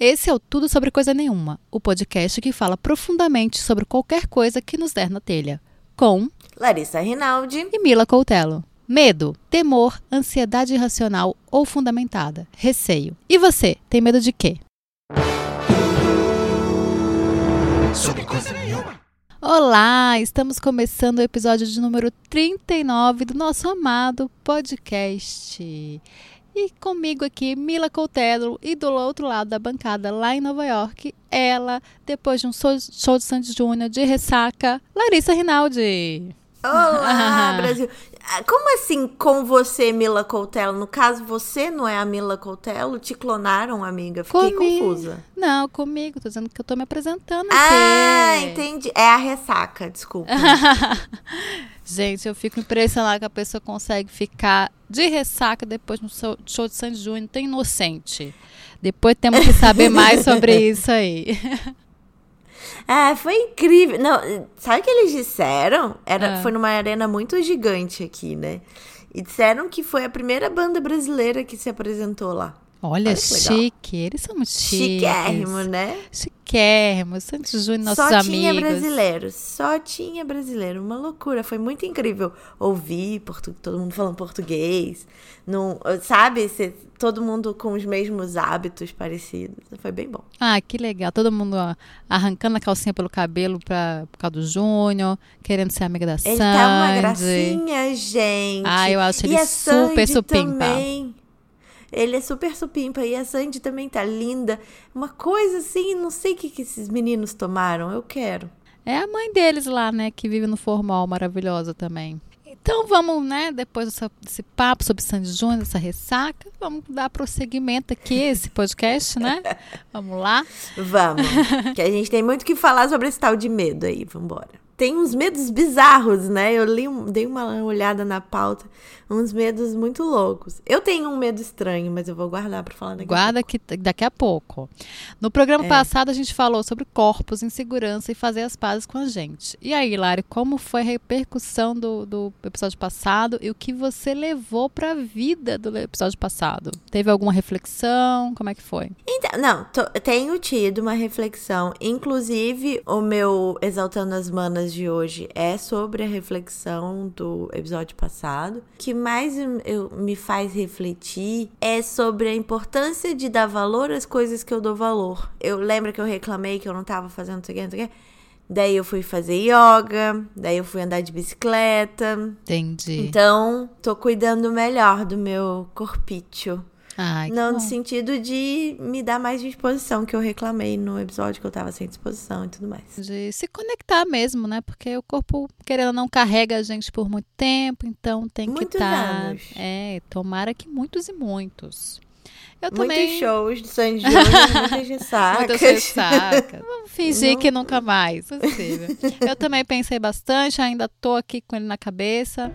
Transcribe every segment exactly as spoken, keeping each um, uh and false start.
Esse é o Tudo Sobre Coisa Nenhuma, o podcast que fala profundamente sobre qualquer coisa que nos der na telha. Com Larissa Rinaldi e Mila Coutelo. Medo, temor, ansiedade irracional ou fundamentada, receio. E você, tem medo de quê? Sobre coisa nenhuma. Olá, estamos começando o episódio de número trinta e nove do nosso amado podcast. E comigo aqui, Mila Coutelo, e do outro lado da bancada, lá em Nova York, ela, depois de um show de Sandy Júnior de ressaca, Larissa Rinaldi. Olá, Brasil. Como assim com você, Mila Coutelo? No caso, você não é a Mila Coutelo? Te clonaram, amiga? Fiquei comigo. confusa. Não, comigo. Tô dizendo que eu tô me apresentando aqui. Ah, entendi. É a ressaca, desculpa. Gente, eu fico impressionada que a pessoa consegue ficar de ressaca depois no show de Sandy Júnior. Tem inocente. Depois temos que saber mais sobre isso aí. Ah, foi incrível. Não, sabe o que eles disseram? Era, ah. Foi numa arena muito gigante aqui, né? E disseram que foi a primeira banda brasileira que se apresentou lá. Olha, Olha chique. Eles são muito chiques. Chiquérrimo, né? Chiquérrimo. Sandy Júnior, nossos só amigos. Só tinha brasileiro. Só tinha brasileiro. Uma loucura. Foi muito incrível ouvir portu- todo mundo falando português. Não, sabe? Cê, todo mundo com os mesmos hábitos parecidos. Foi bem bom. Ah, que legal. Todo mundo ó, arrancando a calcinha pelo cabelo pra, por causa do Júnior, querendo ser amiga da Sandy. Ele tá uma gracinha, gente. Ah, eu acho e ele a super Sandy supimpa. Também. Ele é super supimpa e a Sandy também tá linda. Uma coisa assim, não sei o que, que esses meninos tomaram, eu quero. É a mãe deles lá, né, que vive no formal, maravilhosa também. Então vamos, né, depois dessa, desse papo sobre Sandy Júnior, essa ressaca, vamos dar prosseguimento aqui a esse podcast, né? Vamos lá? Vamos, que a gente tem muito o que falar sobre esse tal de medo aí, vambora. Tem uns medos bizarros, né? Eu li, dei uma olhada na pauta, uns medos muito loucos. Eu tenho um medo estranho, mas eu vou guardar pra falar daqui Guarda a pouco. Que, daqui a pouco. No programa é. passado, a gente falou sobre corpos, insegurança e fazer as pazes com a gente. E aí, Lari, como foi a repercussão do, do episódio passado e o que você levou pra vida do episódio passado? Teve alguma reflexão? Como é que foi? Então, não, tô, tenho tido uma reflexão. Inclusive, o meu Exaltando as Manas de hoje é sobre a reflexão do episódio passado. O que mais eu, me faz refletir é sobre a importância de dar valor às coisas que eu dou valor. Eu lembro que eu reclamei que eu não tava fazendo isso aqui, isso aqui. Daí eu fui fazer yoga, daí eu fui andar de bicicleta. Entendi. Então, tô cuidando melhor do meu corpício. Ai, não, bom. No sentido de me dar mais disposição, que eu reclamei no episódio que eu tava sem disposição e tudo mais. De se conectar mesmo, né? Porque o corpo, querendo ou não, carrega a gente por muito tempo, então tem que muitos estar. Anos. É, tomara que muitos e muitos. Eu Muitos também... shows de Sandy Júnior, muitas ressacas. Muitas ressacas. Vamos fingir não... que nunca mais, possível. Eu também pensei bastante, ainda tô aqui com ele na cabeça.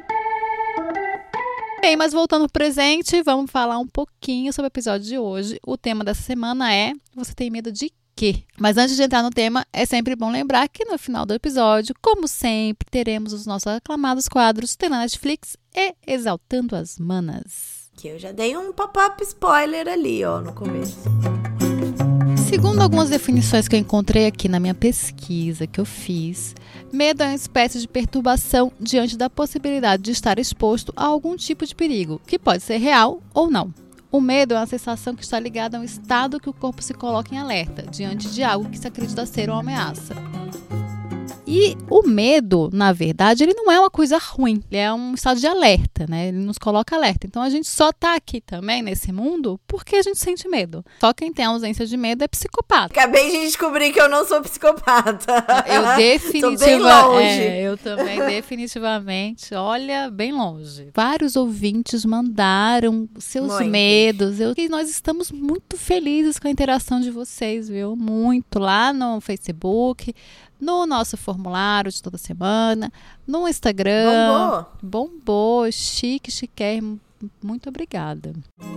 Bem, mas voltando pro presente, vamos falar um pouquinho sobre o episódio de hoje. O tema dessa semana é: você tem medo de quê? Mas antes de entrar no tema, é sempre bom lembrar que no final do episódio, como sempre, teremos os nossos aclamados quadros Tem na Netflix e Exaltando as Manas. Que eu já dei um pop-up spoiler ali, ó, no começo. Segundo algumas definições que eu encontrei aqui na minha pesquisa que eu fiz, medo é uma espécie de perturbação diante da possibilidade de estar exposto a algum tipo de perigo, que pode ser real ou não. O medo é uma sensação que está ligada a um estado que o corpo se coloca em alerta, diante de algo que se acredita ser uma ameaça. E o medo, na verdade, ele não é uma coisa ruim. Ele é um estado de alerta, né? Ele nos coloca alerta. Então, a gente só está aqui também, nesse mundo, porque a gente sente medo. Só quem tem ausência de medo é psicopata. Acabei de descobrir que eu não sou psicopata. Eu definitivamente... Tô bem longe. É, eu também definitivamente, olha, bem longe. Vários ouvintes mandaram seus Muitos. medos. Eu, e nós estamos muito felizes com a interação de vocês, viu? Muito. Lá no Facebook, no nosso formulário de toda semana, no Instagram. Bombou. Bombou, chique, chiquérrimo. Muito obrigada.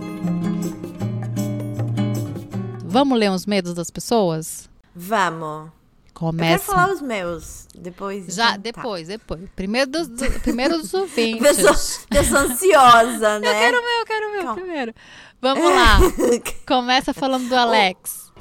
Vamos ler os medos das pessoas? Vamos. Começa. Eu quero falar os meus. Depois. Já, então, depois, tá. depois. Primeiro dos, do, primeiro dos ouvintes. Pessoa, pessoa ansiosa, né? Eu quero o meu, eu quero o meu Calma. primeiro. Vamos lá. Começa falando do Alex.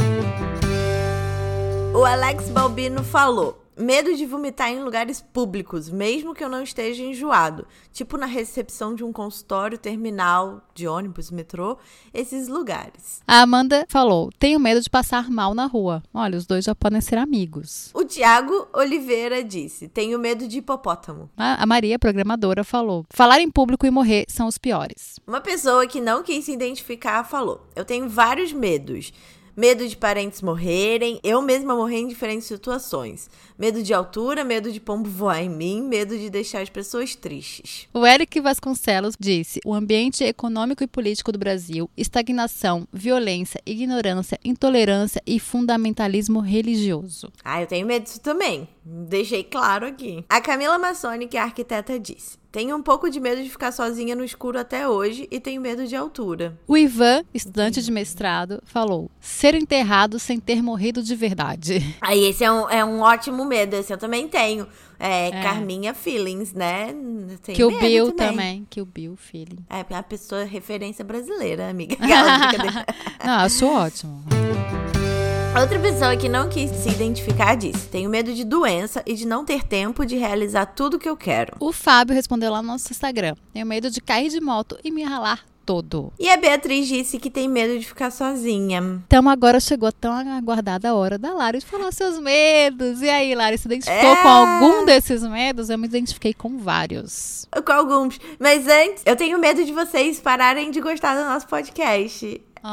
O Alex Balbino falou: medo de vomitar em lugares públicos, mesmo que eu não esteja enjoado. Tipo na recepção de um consultório, terminal de ônibus, metrô, esses lugares. A Amanda falou: tenho medo de passar mal na rua. Olha, os dois já podem ser amigos. O Tiago Oliveira disse: tenho medo de hipopótamo. A Maria, programadora, falou: falar em público e morrer são os piores. Uma pessoa que não quis se identificar falou: eu tenho vários medos. Medo de parentes morrerem, eu mesma morrer em diferentes situações. Medo de altura, medo de pombo voar em mim, medo de deixar as pessoas tristes. O Eric Vasconcelos disse: o ambiente econômico e político do Brasil, estagnação, violência, ignorância, intolerância e fundamentalismo religioso. Ah, eu tenho medo disso também. Deixei claro aqui. A Camila Massoni, que é arquiteta, disse: tenho um pouco de medo de ficar sozinha no escuro até hoje e tenho medo de altura. O Ivan, estudante de mestrado, falou: ser enterrado sem ter morrido de verdade. Aí esse é um, é um ótimo medo, esse eu também tenho. É, é. Carminha Feelings, né? Tem que o Bill também. também. Que o Bill Feeling. É, a pessoa referência brasileira, amiga. Aquela brincadeira. Não, acho ótimo. Outra pessoa que não quis se identificar disse: tenho medo de doença e de não ter tempo de realizar tudo que eu quero. O Fábio respondeu lá no nosso Instagram: tenho medo de cair de moto e me ralar todo. E a Beatriz disse que tem medo de ficar sozinha. Então agora chegou a tão aguardada a hora da Lari de falar seus medos. E aí, Lari, se identificou é... com algum desses medos? Eu me identifiquei com vários. Com alguns. Mas antes, eu tenho medo de vocês pararem de gostar do nosso podcast. Oh.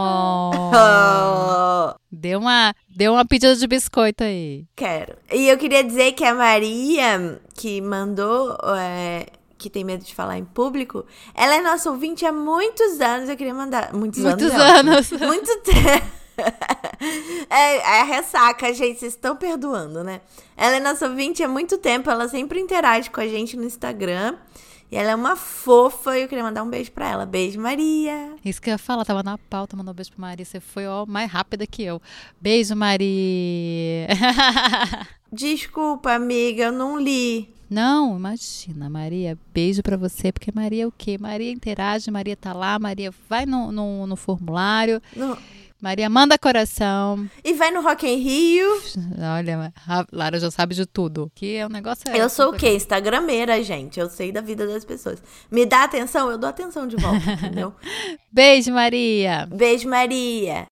Ah. Deu uma, deu uma pedida de biscoito aí. Quero. E eu queria dizer que a Maria, que mandou... É... que tem medo de falar em público, ela é nossa ouvinte há muitos anos. Eu queria mandar... Muitos, muitos anos. anos. Muito tempo. É, é a ressaca, gente. Vocês estão perdoando, né? Ela é nossa ouvinte há muito tempo. Ela sempre interage com a gente no Instagram. E ela é uma fofa. E eu queria mandar um beijo pra ela. Beijo, Maria. Isso que eu ia falar. Tava na pauta, mandou um beijo pra Maria. Você foi, ó, mais rápida que eu. Beijo, Maria. Desculpa, amiga. Eu não li. Não, imagina, Maria, beijo pra você, porque Maria é o quê? Maria interage, Maria tá lá, Maria vai no, no, no formulário, no... Maria manda coração. E vai no Rock in Rio. Olha, a Lara já sabe de tudo. Que é um negócio... É eu sou o quê? Instagrameira, gente. Eu sei da vida das pessoas. Me dá atenção, eu dou atenção de volta, entendeu? Beijo, Maria. Beijo, Maria.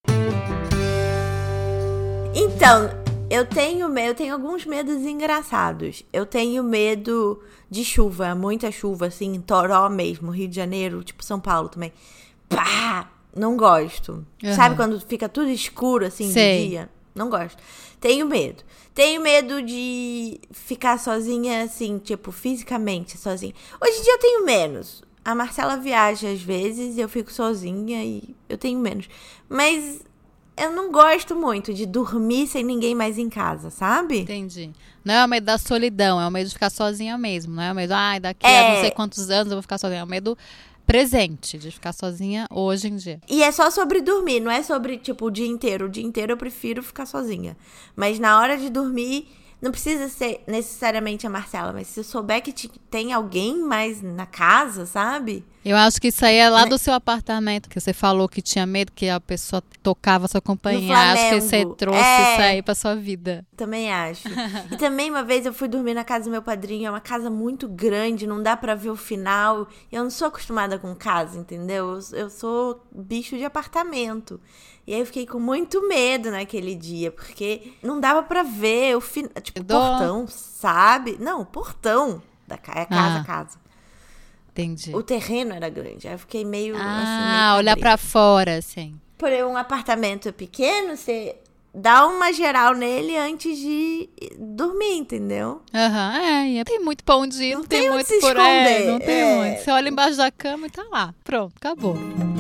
Então... Eu tenho medo, eu tenho alguns medos engraçados. Eu tenho medo de chuva, muita chuva, assim, Toró mesmo, Rio de Janeiro, tipo São Paulo também. Pá! Não gosto. Uhum. Sabe quando fica tudo escuro, assim, Sei. de dia? Não gosto. Tenho medo. Tenho medo de ficar sozinha, assim, tipo, fisicamente sozinha. Hoje em dia eu tenho menos. A Marcela viaja às vezes, eu fico sozinha e eu tenho menos. Mas... eu não gosto muito de dormir sem ninguém mais em casa, sabe? Entendi. Não é o medo da solidão, é o medo de ficar sozinha mesmo. Não é o medo, ai, daqui é... a não sei quantos anos eu vou ficar sozinha. É o medo presente, de ficar sozinha hoje em dia. E é só sobre dormir, não é sobre, tipo, o dia inteiro. O dia inteiro eu prefiro ficar sozinha. Mas na hora de dormir, não precisa ser necessariamente a Marcela. Mas se eu souber que tem alguém mais na casa, sabe? Eu acho que isso aí é lá do seu apartamento, que você falou que tinha medo que a pessoa tocava a sua companhia. Acho que você trouxe é... isso aí pra sua vida. Também acho. E também uma vez eu fui dormir na casa do meu padrinho, é uma casa muito grande, não dá pra ver o final. Eu não sou acostumada com casa, entendeu? Eu, eu sou bicho de apartamento. E aí eu fiquei com muito medo naquele dia, porque não dava pra ver o final, tipo, o portão, sabe? Não, o portão da casa, é casa, ah. casa. Entendi. O terreno era grande. Aí eu fiquei meio ah, assim. Ah, olhar pra fora, assim. Por um apartamento pequeno, você dá uma geral nele antes de dormir, entendeu? Aham, uhum, é. Tem muito pão de ir, não, não tem, tem muito se por aí. Não tem é. muito. Você olha embaixo da cama e tá lá. Pronto, acabou.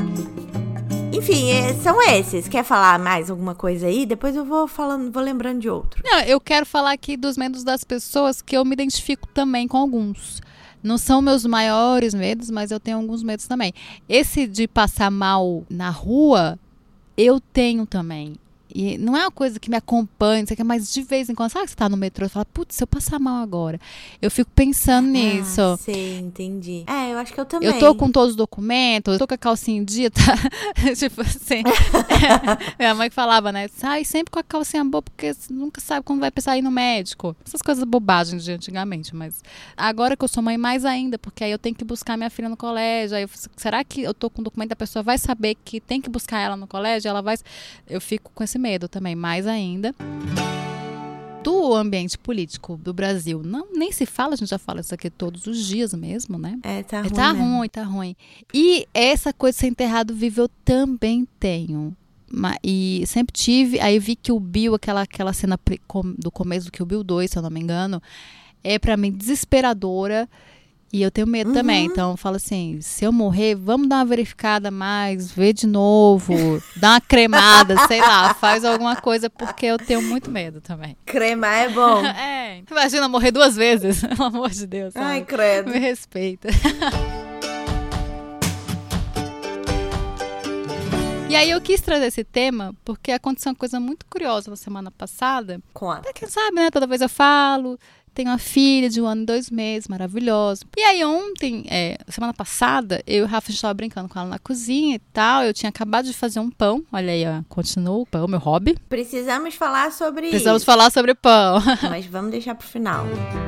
Enfim, são esses. Quer falar mais alguma coisa aí? Depois eu vou falando, vou lembrando de outro. Não, eu quero falar aqui dos medos das pessoas que eu me identifico também com alguns. Não são meus maiores medos, mas eu tenho alguns medos também. Esse de passar mal na rua, eu tenho também. E não é uma coisa que me acompanha, mas de vez em quando, sabe que você tá no metrô e fala, putz, se eu passar mal agora. Eu fico pensando nisso. Ah, sim, entendi. É, eu acho que eu também. Eu tô com todos os documentos, tô com a calcinha em dia, tá? Tipo assim. Minha mãe falava, né? Sai sempre com a calcinha boa, porque você nunca sabe quando vai precisar ir no médico. Essas coisas bobagens de antigamente, mas agora que eu sou mãe, mais ainda, porque aí eu tenho que buscar minha filha no colégio. Aí eu, será que eu tô com o documento, a pessoa vai saber que tem que buscar ela no colégio? Ela vai. Eu fico com esse medo também, mais ainda. Do ambiente político do Brasil, não, nem se fala, a gente já fala isso aqui todos os dias mesmo, né? É, tá ruim. Tá mesmo. ruim, tá ruim. E essa coisa de ser enterrado vivo eu também tenho. E sempre tive, aí vi que o Bill, aquela, aquela cena do começo do Kill Bill dois, se eu não me engano, é pra mim desesperadora. E eu tenho medo uhum. também, então eu falo assim, se eu morrer, vamos dar uma verificada mais, ver de novo, dar uma cremada, sei lá, faz alguma coisa, porque eu tenho muito medo também. Cremar é bom. É, imagina morrer duas vezes, pelo amor de Deus. Sabe? Ai, credo. Me respeita. E aí eu quis trazer esse tema, porque aconteceu uma coisa muito curiosa na semana passada. Conta. Até quem sabe, né, toda vez eu falo... Tenho uma filha de um ano e dois meses, maravilhosa. E aí ontem, é, semana passada, eu e o Rafa, a gente estava brincando com ela na cozinha e tal. Eu tinha acabado de fazer um pão. Olha aí, ó, continua o pão, meu hobby. Precisamos falar sobre Precisamos isso. falar sobre pão. Mas vamos deixar pro final.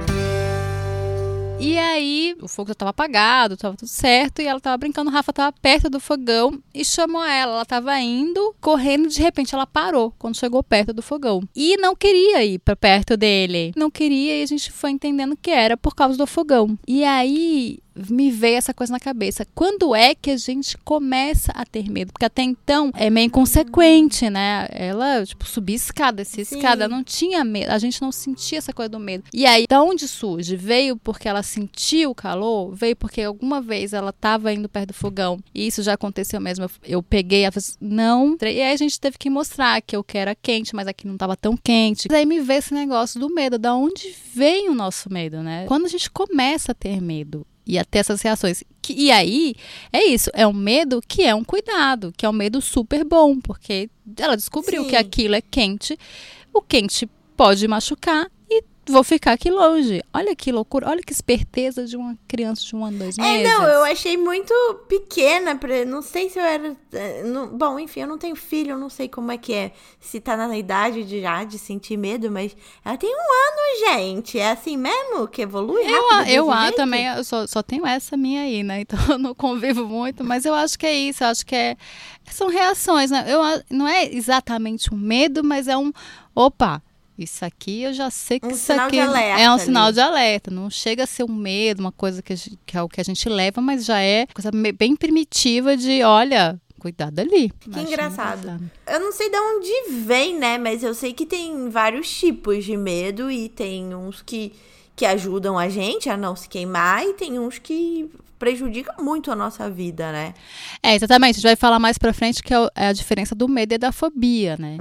E aí, o fogo já estava apagado, estava tudo certo. E ela estava brincando, o Rafa estava perto do fogão e chamou ela. Ela estava indo, correndo, de repente ela parou quando chegou perto do fogão. E não queria ir para perto dele. Não queria e a gente foi entendendo que era por causa do fogão. E aí... me veio essa coisa na cabeça. Quando é que a gente começa a ter medo? Porque até então é meio inconsequente, né? Ela, tipo, subia escada, descia escada, não tinha medo. A gente não sentia essa coisa do medo. E aí, de onde surge? Veio porque ela sentiu o calor? Veio porque alguma vez ela estava indo perto do fogão. E isso já aconteceu mesmo. Eu, eu peguei, ela falou, não. E aí a gente teve que mostrar que eu quero era quente, mas aqui não estava tão quente. Mas aí me veio esse negócio do medo. Da onde vem o nosso medo, né? Quando a gente começa a ter medo. E até essas reações. Que, e aí, é isso. É um medo que é um cuidado. Que é um medo super bom. Porque ela descobriu Sim. que aquilo é quente. O quente pode machucar. E vou ficar aqui longe. Olha que loucura. Olha que esperteza de uma criança de um ano, dois meses. É, não. Eu achei muito pequena. Pra, não sei se eu era... Não, bom, enfim, eu não tenho filho. Eu não sei como é que é. Se tá na idade de, já de sentir medo. Mas ela tem um ano, gente. É assim mesmo? Que evolui rápido? Eu, eu ah, também. Eu só, só tenho essa minha aí, né? Então eu não convivo muito. Mas eu acho que é isso. Eu acho que é... São reações, né? Eu, não é exatamente um medo, mas é um... Opa! Isso aqui eu já sei que um isso aqui é um sinal de alerta. Não chega a ser um medo, uma coisa que, a gente, que é o que a gente leva, mas já é coisa bem primitiva de, olha, cuidado ali. Que engraçado. engraçado. Eu não sei de onde vem, né? Mas eu sei que tem vários tipos de medo e tem uns que, que ajudam a gente a não se queimar e tem uns que prejudicam muito a nossa vida, né? É, exatamente. A gente vai falar mais pra frente que é a diferença do medo e da fobia, né?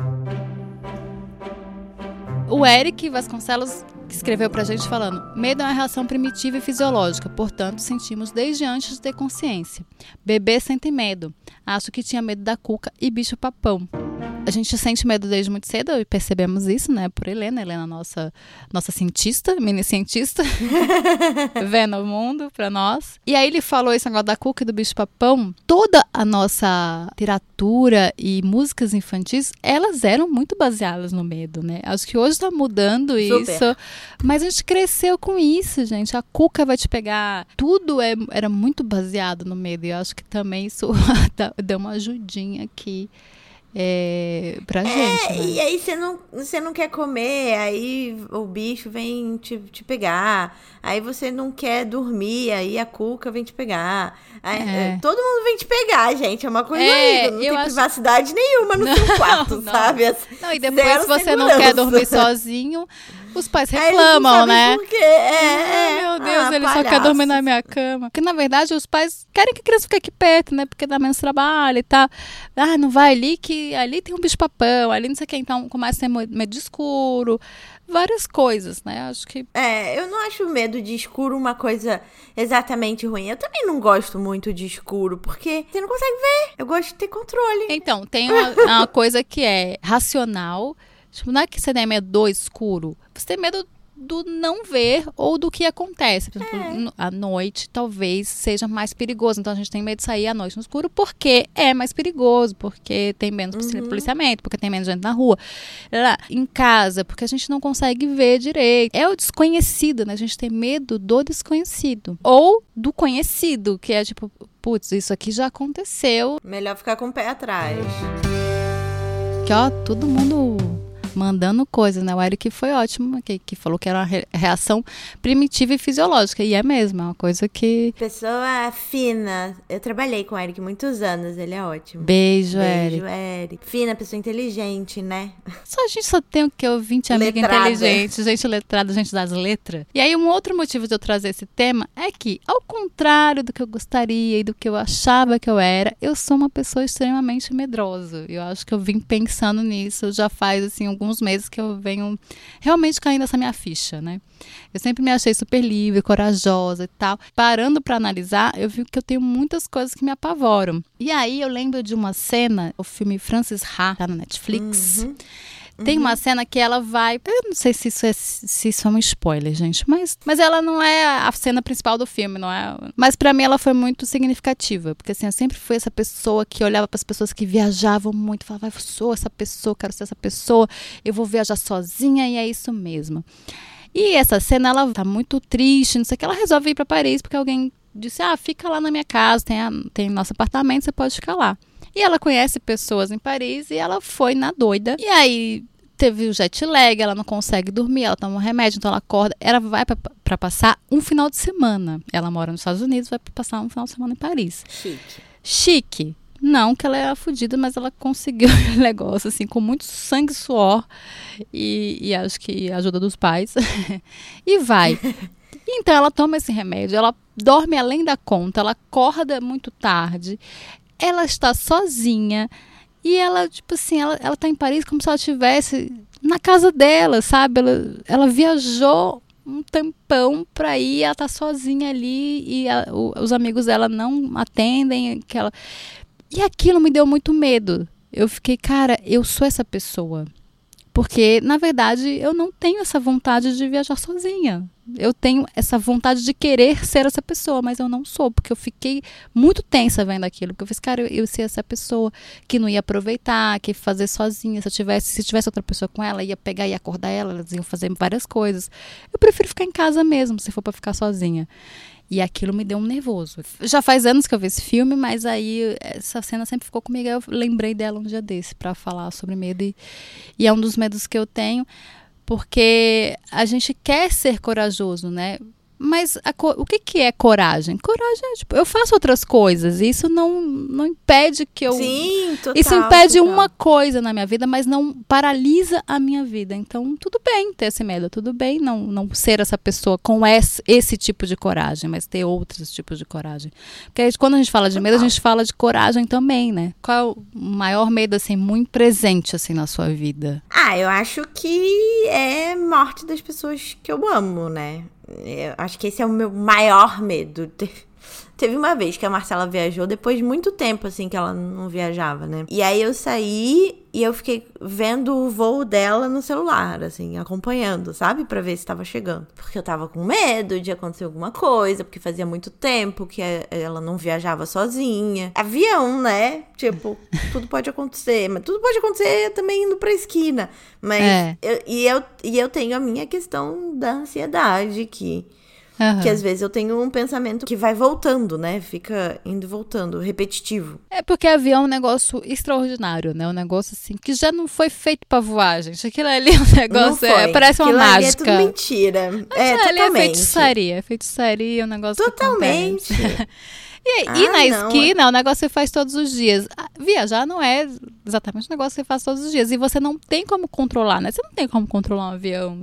O Eric Vasconcelos escreveu pra gente falando: medo é uma reação primitiva e fisiológica, portanto sentimos desde antes de ter consciência. Bebê sente medo. Acho que tinha medo da cuca e bicho papão. A gente sente medo desde muito cedo e percebemos isso, né, por Helena. Helena, nossa, nossa cientista, mini cientista, vendo o mundo pra nós. E aí ele falou esse negócio da cuca e do bicho papão. Toda a nossa literatura e músicas infantis, elas eram muito baseadas no medo, né? Acho que hoje tá mudando Super. isso. Mas a gente cresceu com isso, gente. A cuca vai te pegar. Tudo é, era muito baseado no medo. E eu acho que também isso deu uma ajudinha aqui. É, pra é, gente, né? E aí você não, você não quer comer, aí o bicho vem te, te pegar, aí você não quer dormir, aí a cuca vem te pegar, aí, é. todo mundo vem te pegar, gente, é uma coisa é, horrível, não tem acho... nenhuma nenhuma no seu quarto, não. sabe? Não, e depois se você segurança. não quer dormir sozinho, os pais reclamam, né? Por quê. É, Ai, meu Deus, ah, ele palhaço. só quer dormir na minha cama. Porque, na verdade, os pais querem que a criança fique aqui perto, né? Porque dá menos trabalho e tal. Ah, não vai ali que ali tem um bicho-papão, ali não sei o que. Então, começa a ter medo de escuro. Várias coisas, né? Acho que... É, eu não acho medo de escuro uma coisa exatamente ruim. Eu também não gosto muito de escuro, porque você não consegue ver. Eu gosto de ter controle. Então, tem uma, uma coisa que é racional. Tipo, não é que você tem medo do escuro. Você tem medo do não ver ou do que acontece. Por exemplo, é. à noite talvez seja mais perigoso. Então a gente tem medo de sair à noite no escuro porque é mais perigoso, porque tem menos uhum. policiamento, porque tem menos gente na rua. Lá, em casa, porque a gente não consegue ver direito. É o desconhecido, né? A gente tem medo do desconhecido. Ou do conhecido, que é tipo, putz, isso aqui já aconteceu. Melhor ficar com o pé atrás. Que ó, todo mundo mandando coisas, né? O Eric foi ótimo, que, que falou que era uma re- reação primitiva e fisiológica. E é mesmo, é uma coisa que... Pessoa fina. Eu trabalhei com o Eric muitos anos, ele é ótimo. Beijo, Beijo Eric. Eric. Fina, pessoa inteligente, né? Só, a gente só tem o que? vinte amiga inteligente, gente letrada, gente das letras. E aí um outro motivo de eu trazer esse tema é que, ao contrário do que eu gostaria e do que eu achava que eu era, eu sou uma pessoa extremamente medrosa. Eu acho que eu vim pensando nisso já faz, assim, alguns alguns meses que eu venho realmente caindo essa minha ficha, né? Eu sempre me achei super livre, corajosa e tal. Parando pra analisar, eu vi que eu tenho muitas coisas que me apavoram. E aí eu lembro de uma cena, o filme Frances Ha, tá na Netflix. Uhum. Tem uhum. uma cena que ela vai... Eu não sei se isso é, se isso é um spoiler, gente. Mas, mas ela não é a cena principal do filme, não é? Mas pra mim ela foi muito significativa. Porque assim, eu sempre fui essa pessoa que olhava pras pessoas que viajavam muito. Falava, eu sou essa pessoa, quero ser essa pessoa. Eu vou viajar sozinha e é isso mesmo. E essa cena, ela tá muito triste, não sei o que. Ela resolve ir pra Paris porque alguém disse, ah, fica lá na minha casa, tem, a, tem nosso apartamento, você pode ficar lá. E ela conhece pessoas em Paris e ela foi na doida. E aí teve o jet lag, ela não consegue dormir, ela toma um remédio, então ela acorda. Ela vai pra, pra passar um final de semana. Ela mora nos Estados Unidos, vai passar um final de semana em Paris. Chique. Chique. Não que ela é fodida, mas ela conseguiu o negócio, assim, com muito sangue e suor. E, e acho que a ajuda dos pais. E vai. Então ela toma esse remédio, ela dorme além da conta, ela acorda muito tarde. Ela está sozinha e ela, tipo assim, ela, ela tá em Paris como se ela estivesse na casa dela, sabe? Ela, ela viajou um tempão pra ir, ela tá sozinha ali e a, o, os amigos dela não atendem. Aquela... E aquilo me deu muito medo. Eu fiquei, cara, eu sou essa pessoa. Porque, na verdade, eu não tenho essa vontade de viajar sozinha. Eu tenho essa vontade de querer ser essa pessoa, mas eu não sou, porque eu fiquei muito tensa vendo aquilo. Porque eu fiz, cara, eu, eu ser essa pessoa que não ia aproveitar, que ia fazer sozinha. Se eu tivesse, se tivesse outra pessoa com ela, ia pegar e acordar ela, elas iam fazer várias coisas. Eu prefiro ficar em casa mesmo, se for pra ficar sozinha. E aquilo me deu um nervoso. Já faz anos que eu vi esse filme, mas aí essa cena sempre ficou comigo. Eu lembrei dela um dia desse pra falar sobre medo. E, e é um dos medos que eu tenho, porque a gente quer ser corajoso, né? Mas a, o que, que é coragem? Coragem é, tipo, eu faço outras coisas. E isso não, não impede que eu... Sim, total. Isso impede total. uma coisa na minha vida, mas não paralisa a minha vida. Então, tudo bem ter esse medo. Tudo bem não, não ser essa pessoa com esse, esse tipo de coragem, mas ter outros tipos de coragem. Porque quando a gente fala de medo, a gente fala de coragem também, né? Qual é o maior medo, assim, muito presente, assim, na sua vida? Ah, eu acho que é morte das pessoas que eu amo, né? Eu acho que esse é o meu maior medo. Teve uma vez que a Marcela viajou, depois de muito tempo, assim, que ela não viajava, né? E aí eu saí e eu fiquei vendo o voo dela no celular, assim, acompanhando, sabe? Pra ver se tava chegando. Porque eu tava com medo de acontecer alguma coisa, porque fazia muito tempo que ela não viajava sozinha. Avião, né? Tipo, tudo pode acontecer. Mas tudo pode acontecer também indo pra esquina. Mas, é. eu, e, eu, e eu tenho a minha questão da ansiedade, que... Uhum. Que às vezes eu tenho um pensamento que vai voltando, né? Fica indo e voltando, repetitivo. É porque avião é um negócio extraordinário, né? Um negócio assim, que já não foi feito pra voar, gente. Aquilo ali é um negócio, é, parece uma Aquilo mágica. Ali é tudo mentira. Mas é, ali totalmente. é feitiçaria, é feitiçaria, é um negócio totalmente. que E, ah, e na não. esquina, é um negócio que você faz todos os dias. Viajar não é exatamente um negócio que você faz todos os dias. E você não tem como controlar, né? Você não tem como controlar um avião.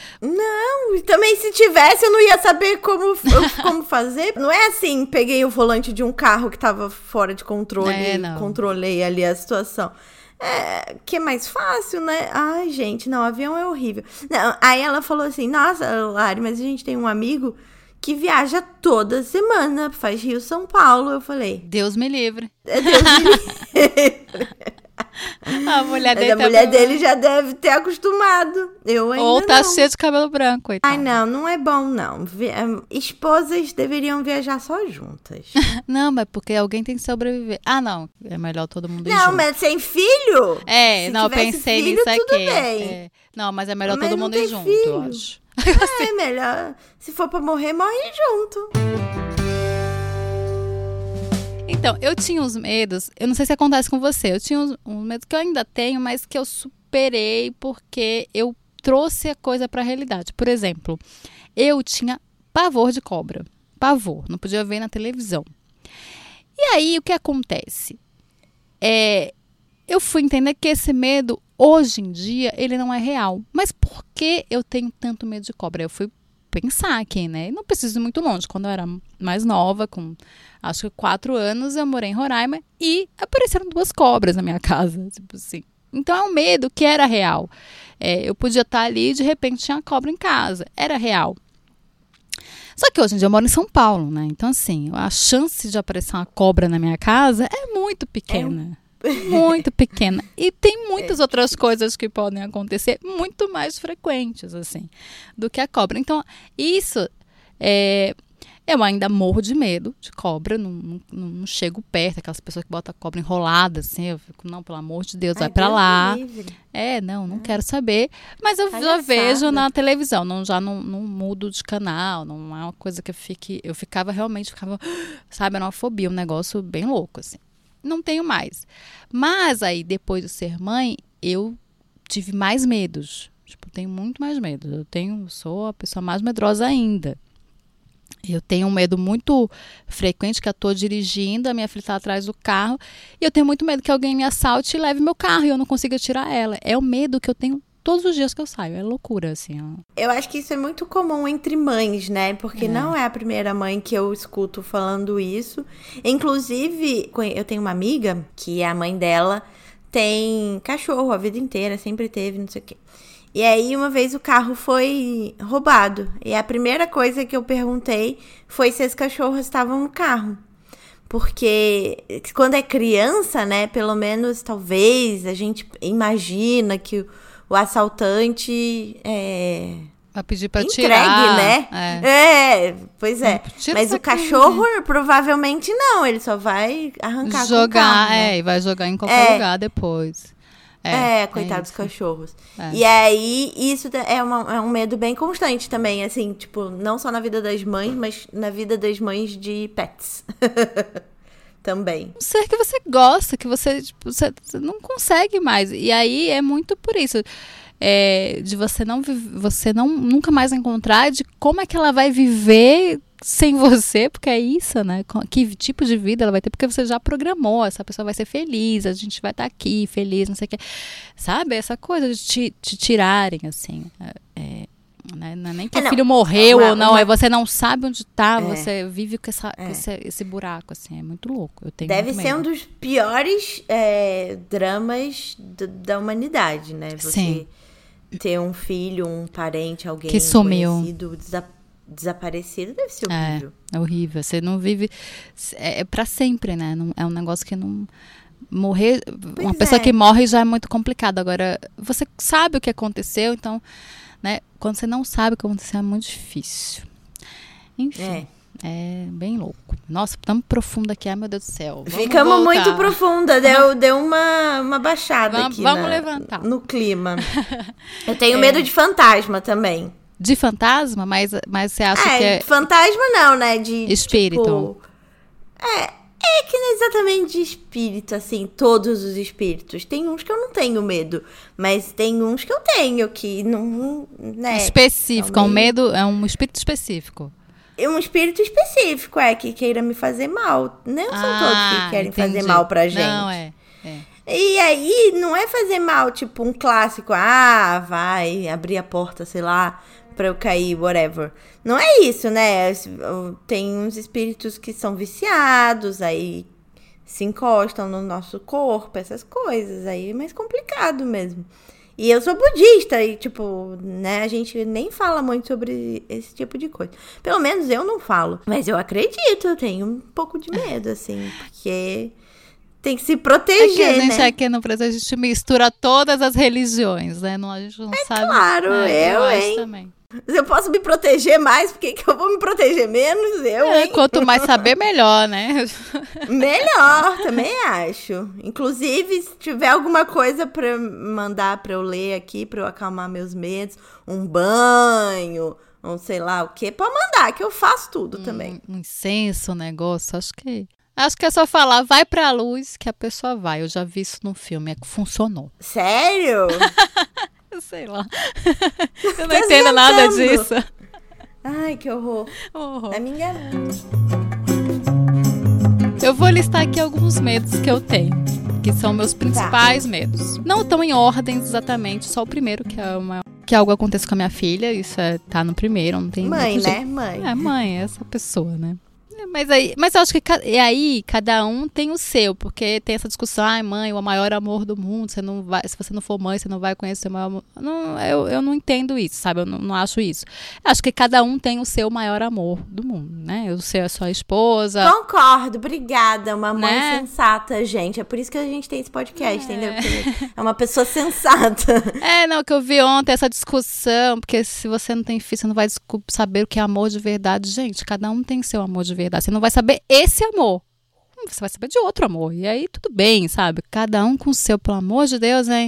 Não, e também se tivesse, eu não ia saber como, como fazer. Não é assim, peguei o volante de um carro que tava fora de controle é, e controlei ali a situação. É, que é mais fácil, né? Ai, gente, não, avião é horrível. Não, aí ela falou assim, nossa, Lari, mas a gente tem um amigo que viaja toda semana, faz Rio-São Paulo. Eu falei... Deus me livre. É Deus me livre. A mulher Mas dele, a tá mulher pro- dele já deve ter acostumado. Eu ainda Ou tá não. cheio de cabelo branco, coitado. Ai, não, não é bom, não. Vi- eh, Esposas deveriam viajar só juntas. Não, mas porque alguém tem que sobreviver. Ah, não. É melhor todo mundo ir Não, junto. mas sem filho? É, Se não, eu tivesse pensei filho, nisso tudo aqui. bem. É. Não, mas é melhor Mas todo não mundo ir tem junto, eu filho. acho. É melhor. Se for pra morrer, morre junto. Então, eu tinha uns medos, eu não sei se acontece com você, eu tinha uns, uns medos que eu ainda tenho, mas que eu superei porque eu trouxe a coisa pra realidade. Por exemplo, eu tinha pavor de cobra. Pavor, não podia ver na televisão. E aí, o que acontece? É, eu fui entender que esse medo, hoje em dia, ele não é real. Mas por que eu tenho tanto medo de cobra? Eu fui pensar aqui, né? E não preciso ir muito longe. Quando eu era mais nova, com acho que quatro anos, eu morei em Roraima e apareceram duas cobras na minha casa, tipo assim. Então é um medo que era real. É, eu podia estar ali e de repente tinha uma cobra em casa. Era real. Só que hoje em dia eu moro em São Paulo, né? Então, assim, a chance de aparecer uma cobra na minha casa é muito pequena. Muito pequena. E tem muitas outras coisas que podem acontecer muito mais frequentes, assim, do que a cobra. Então, isso, é, eu ainda morro de medo de cobra, não, não, não chego perto, aquelas pessoas que botam a cobra enrolada, assim, eu fico, não, pelo amor de Deus, vai Ai, pra Deus lá. me livre. É, não, não quero saber. Mas eu já Palhaçada. vejo na televisão, não, já não, não mudo de canal, não é uma coisa que eu fique. Eu ficava realmente, ficava, sabe, era uma fobia, um negócio bem louco, assim. Não tenho mais. Mas aí, depois de ser mãe, eu tive mais medos. Tipo, tenho muito mais medo. Eu tenho, sou a pessoa mais medrosa ainda. Eu tenho um medo muito frequente que eu estou dirigindo, a minha filha está atrás do carro, e eu tenho muito medo que alguém me assalte e leve meu carro e eu não consiga tirar ela. É o medo que eu tenho todos os dias que eu saio. É loucura, assim. Ó. Eu acho que isso é muito comum entre mães, né? Porque É. não é a primeira mãe que eu escuto falando isso. Inclusive, eu tenho uma amiga que a mãe dela tem cachorro a vida inteira, sempre teve, não sei o quê. E aí, uma vez o carro foi roubado. E a primeira coisa que eu perguntei foi se as cachorras estavam no carro. Porque quando é criança, né? Pelo menos, talvez, a gente imagina que o assaltante é... Vai pedir pra entregue, tirar. né? É. É, pois é. Tira Mas isso o aqui, cachorro, provavelmente não. Ele só vai arrancar com o Jogar, carro, né? é, e vai jogar em qualquer É. lugar depois. É, É, coitado dos isso. cachorros. É. E aí, isso é, uma- é um medo bem constante também, assim, tipo, não só na vida das mães, mas na vida das mães de pets. Também. Um ser que você gosta, que você, tipo, você, você não consegue mais. E aí é muito por isso. É, de você não vive- você não nunca mais encontrar, de como é que ela vai viver sem você, porque é isso, né? Co- Que tipo de vida ela vai ter, porque você já programou, essa pessoa vai ser feliz, a gente vai estar aqui feliz, não sei o que. Sabe? Essa coisa de te, te tirarem, assim. É, é, né? Não é nem que É, o não. filho morreu Uma- ou não, uma- aí você não sabe onde tá, É. você vive com, essa, com É. esse, esse buraco, assim. É muito louco. Eu tenho Deve muito ser um medo. dos piores é, dramas d- da humanidade, né? Você Sim. ter um filho, um parente, alguém Que sumiu. conhecido, desa- desaparecido, deve ser É, horrível. é horrível. Você não vive. É, é pra sempre, né? Não, é um negócio que não. Morrer. Pois uma pessoa é. que morre já é muito complicado. Agora, você sabe o que aconteceu, então. Né, quando você não sabe o que aconteceu, é muito difícil. Enfim. É. É bem louco. Nossa, tão profundo aqui. Ai, meu Deus do céu. Vamos Ficamos voltar. muito profunda, deu, deu uma, uma baixada Vamos- aqui vamos na- levantar. no clima. Eu tenho É. medo de fantasma também. De fantasma, mas, mas você acha É, que é fantasma não, né? De espírito? tipo, é, é que não é exatamente de espírito, assim, todos os espíritos. Tem uns que eu não tenho medo, mas tem uns que eu tenho que não, né? específico? É são um meio- medo, é um espírito específico. É um espírito específico, é, que queira me fazer mal. Não são todos que querem fazer entendi. mal pra gente. Não, é. é. E aí, não é fazer mal, tipo, um clássico, ah, vai abrir a porta, sei lá, pra eu cair, whatever. Não é isso, né? Tem uns espíritos que são viciados, aí se encostam no nosso corpo, essas coisas, aí é mais complicado mesmo. E eu sou budista e, tipo, né, a gente nem fala muito sobre esse tipo de coisa. Pelo menos eu não falo. Mas eu acredito, eu tenho um pouco de medo, assim, porque tem que se proteger, é que a gente né? aqui no Brasil, a gente mistura todas as religiões, né? Não, a gente não é sabe. Claro, é, eu, eu hein? acho também. Se eu posso me proteger mais, por que que eu vou me proteger menos? Eu, É, hein? quanto mais saber, melhor, né? Melhor, também acho. Inclusive, se tiver alguma coisa pra mandar pra eu ler aqui, pra eu acalmar meus medos, um banho, um sei lá o quê, pode mandar, que eu faço tudo um, também. Um incenso, um negócio, acho que... Acho que é só falar, vai pra luz, que a pessoa vai. Eu já vi isso num filme, é que funcionou. Sério? Eu sei lá. Eu não entendo nada disso. Ai, que horror. horror. Tá me enganando. Eu vou listar aqui alguns medos que eu tenho, que são meus principais tá. medos. Não estão em ordem exatamente, só o primeiro, que é uma... que algo aconteça com a minha filha, isso é, tá no primeiro, não tem... Mãe, né? Jeito. Mãe. É, mãe, é essa pessoa, né? Mas, aí, mas eu acho que e aí cada um tem o seu, porque tem essa discussão, ai mãe, o maior amor do mundo, você não vai, se você não for mãe, você não vai conhecer o maior amor. Não, eu, eu não entendo isso, sabe? Eu não, não acho isso. Eu acho que cada um tem o seu maior amor do mundo, né? O seu é sua esposa. Concordo, obrigada, uma mãe né? sensata, gente. É por isso que a gente tem esse podcast, é. entendeu? Porque é uma pessoa sensata. É, não, que eu vi ontem essa discussão, porque se você não tem filho, você não vai saber o que é amor de verdade. Gente, cada um tem seu amor de verdade. Você não vai saber esse amor. Você vai saber de outro amor. E aí tudo bem, sabe? Cada um com o seu, pelo amor de Deus, hein?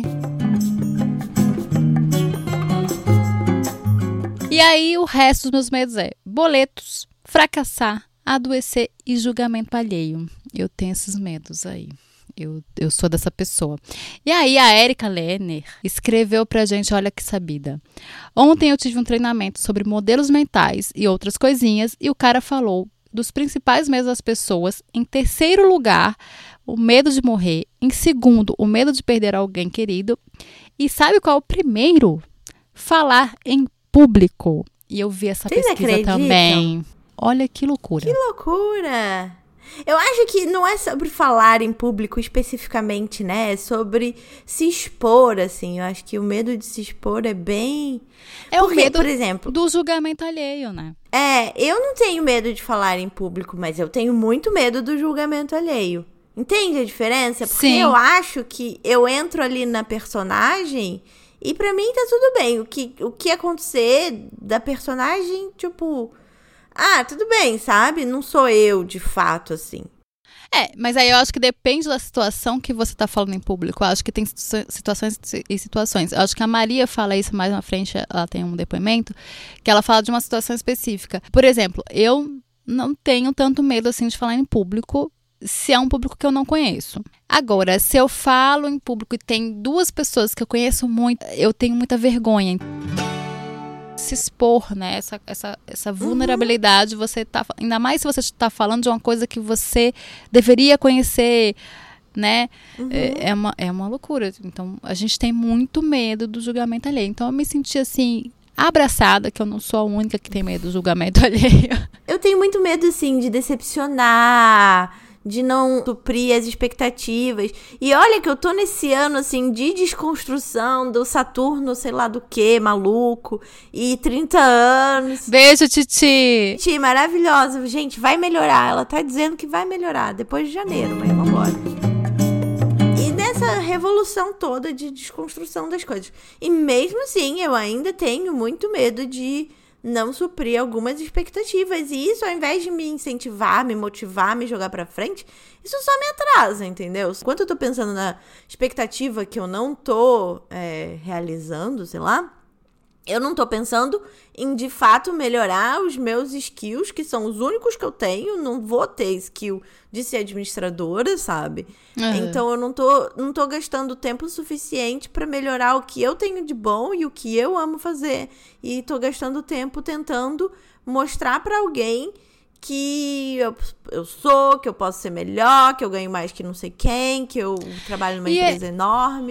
E aí o resto dos meus medos é boletos, fracassar, adoecer e julgamento alheio. Eu tenho esses medos aí. Eu, eu sou dessa pessoa. E aí a Érica Lerner escreveu pra gente, olha que sabida. Ontem eu tive um treinamento sobre modelos mentais e outras coisinhas e o cara falou dos principais medos das pessoas. Em terceiro lugar, o medo de morrer. Em segundo, o medo de perder alguém querido. E sabe qual é o primeiro? Falar em público. E eu vi essa Vocês pesquisa acreditam? também. Olha que loucura. Que loucura! Eu acho que não é sobre falar em público especificamente, né? É sobre se expor, assim. Eu acho que o medo de se expor é bem... É Porque, o medo por exemplo, do julgamento alheio, né? É, eu não tenho medo de falar em público, mas eu tenho muito medo do julgamento alheio. Entende a diferença? Porque Sim. eu acho que eu entro ali na personagem e pra mim tá tudo bem. O que, o que acontecer da personagem, tipo... Ah, tudo bem, sabe? Não sou eu, de fato, assim. É, mas aí eu acho que depende da situação que você tá falando em público. Eu acho que tem situações e situações. Eu acho que a Maria fala isso mais na frente, ela tem um depoimento, que ela fala de uma situação específica. Por exemplo, eu não tenho tanto medo, assim, de falar em público, se é um público que eu não conheço. Agora, se eu falo em público e tem duas pessoas que eu conheço muito, eu tenho muita vergonha. Se expor, né? Essa, essa, essa vulnerabilidade, uhum. Você tá, ainda mais se você está falando de uma coisa que você deveria conhecer, né? Uhum. É, é, uma, é uma loucura. Então, a gente tem muito medo do julgamento alheio. Então, eu me senti assim, abraçada, que eu não sou a única que tem medo do julgamento alheio. Eu tenho muito medo, assim, de decepcionar, de não suprir as expectativas. E olha que eu tô nesse ano, assim, de desconstrução do Saturno, sei lá do que, maluco, e trinta anos. Beijo, Titi! Titi, maravilhosa. Gente, vai melhorar. Ela tá dizendo que vai melhorar depois de janeiro, mas vambora. E nessa revolução toda de desconstrução das coisas. E mesmo assim, eu ainda tenho muito medo de não suprir algumas expectativas. E isso, ao invés de me incentivar, me motivar, me jogar pra frente, isso só me atrasa, entendeu? Enquanto eu tô pensando na expectativa que eu não tô é, realizando, sei lá, eu não tô pensando em, de fato, melhorar os meus skills, que são os únicos que eu tenho. Não vou ter skill de ser administradora, sabe? Uhum. Então, eu não tô, não tô gastando tempo suficiente pra melhorar o que eu tenho de bom e o que eu amo fazer. E tô gastando tempo tentando mostrar pra alguém que eu, eu sou, que eu posso ser melhor, que eu ganho mais que não sei quem, que eu trabalho numa e empresa é... enorme.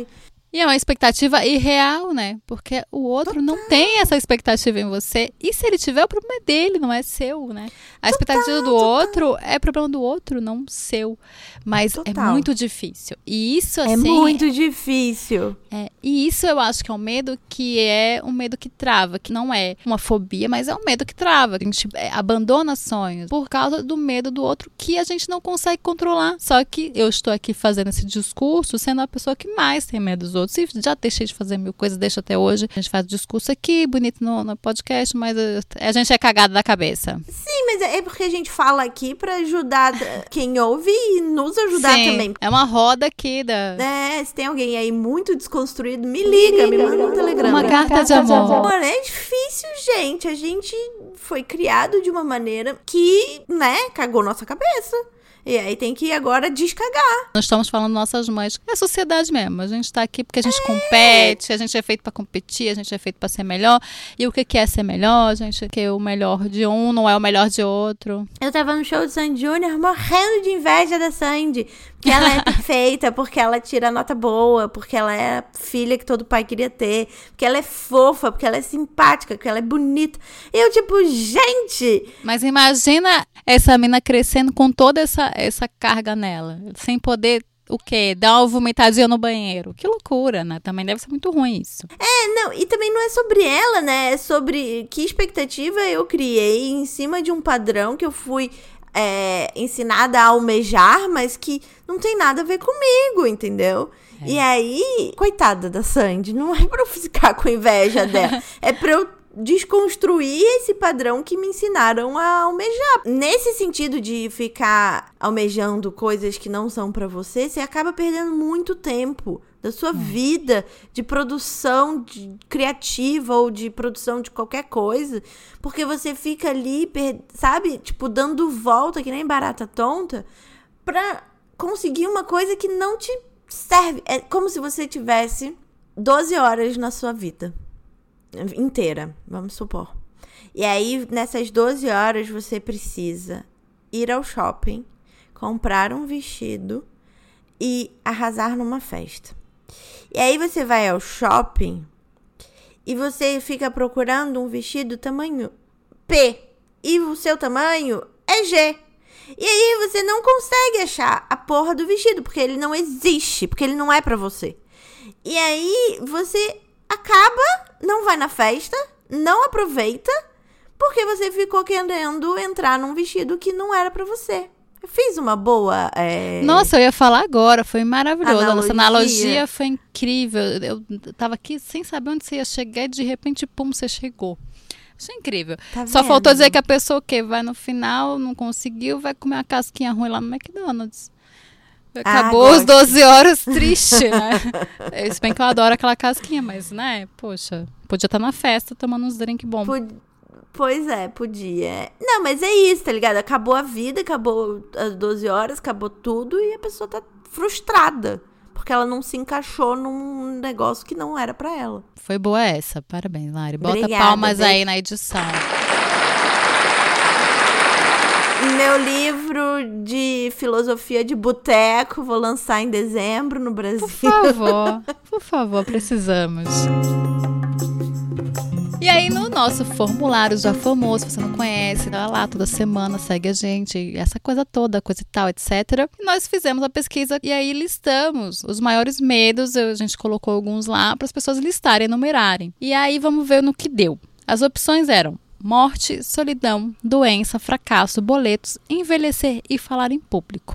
E é uma expectativa irreal, né? Porque o outro Total. não tem essa expectativa em você. E se ele tiver, o problema é dele, não é seu, né? A Total, expectativa do Total. outro é problema do outro, não seu. Mas Total. é muito difícil. E isso, assim... É muito difícil. É, e isso eu acho que é um medo que é um medo que trava. Que não é uma fobia, mas é um medo que trava. A gente é, abandona sonhos por causa do medo do outro que a gente não consegue controlar. Só que eu estou aqui fazendo esse discurso sendo a pessoa que mais tem medo dos outros. Se já deixei de fazer mil coisas, deixo até hoje. A gente faz discurso aqui, bonito no, no podcast, mas a gente é cagada da cabeça. Sim, mas é porque a gente fala aqui pra ajudar quem ouve e nos ajudar Sim, também. É uma roda aqui da... É, se tem alguém aí muito desconstruído, me liga, me, liga, me manda um telegrama. Uma carta, carta de amor. de amor. É difícil, gente. A gente foi criado de uma maneira que, né, cagou nossa cabeça. E aí tem que agora descagar. Nós estamos falando nossas mães. É a sociedade mesmo. A gente tá aqui porque a gente é. compete, a gente é feito pra competir, a gente é feito pra ser melhor. E o que que é ser melhor, gente? Que o melhor de um não é o melhor de outro. Eu tava no show do Sandy Júnior morrendo de inveja da Sandy. Porque ela é perfeita, porque ela tira nota boa, porque ela é a filha que todo pai queria ter, porque ela é fofa, porque ela é simpática, porque ela é bonita. E eu, tipo, gente... Mas imagina essa mina crescendo com toda essa, essa carga nela, sem poder... O quê? Dar uma vomitadinha no banheiro. Que loucura, né? Também deve ser muito ruim isso. É, não, e também não é sobre ela, né? É sobre que expectativa eu criei em cima de um padrão que eu fui... É, ensinada a almejar, mas que não tem nada a ver comigo, entendeu? É. E aí, coitada da Sandy, não é pra eu ficar com inveja dela, é pra eu desconstruir esse padrão que me ensinaram a almejar. Nesse sentido de ficar almejando coisas que não são pra você, você acaba perdendo muito tempo da sua vida de produção de, criativa ou de produção de qualquer coisa, porque você fica ali, per, sabe, tipo, dando volta, que nem barata tonta, pra conseguir uma coisa que não te serve. É como se você tivesse doze horas na sua vida inteira, vamos supor. E aí, nessas doze horas, você precisa ir ao shopping, comprar um vestido e arrasar numa festa. E aí você vai ao shopping e você fica procurando um vestido tamanho P. E o seu tamanho é G. E aí você não consegue achar a porra do vestido, porque ele não existe, porque ele não é pra você. E aí você acaba, não vai na festa, não aproveita, porque você ficou querendo entrar num vestido que não era pra você. Eu fiz uma boa... É... Nossa, eu ia falar agora, foi maravilhoso. Analogia. A nossa analogia foi incrível. Eu tava aqui sem saber onde você ia chegar e de repente, pum, você chegou. Isso é incrível. Tá Só faltou dizer que a pessoa o quê? Vai no final, não conseguiu, vai comer uma casquinha ruim lá no McDonald's. Acabou ah, os doze horas triste, né? Se bem que eu adoro aquela casquinha, mas, né, poxa, podia estar na festa tomando uns drink bom. Pod... Pois é, podia. Não, mas é isso, tá ligado? Acabou a vida, acabou as doze horas, acabou tudo e a pessoa tá frustrada. Porque ela não se encaixou num negócio que não era pra ela. Foi boa essa, parabéns, Lari. Bota Obrigada, palmas bem... aí na edição. Meu livro de filosofia de boteco, vou lançar em dezembro no Brasil. Por favor, por favor, precisamos. E aí, no nosso formulário já famoso, se você não conhece, vai lá toda semana, segue a gente, essa coisa toda, coisa e tal, etcétera. E nós fizemos a pesquisa e aí listamos os maiores medos, a gente colocou alguns lá para as pessoas listarem, enumerarem. E aí, vamos ver no que deu. As opções eram morte, solidão, doença, fracasso, boletos, envelhecer e falar em público.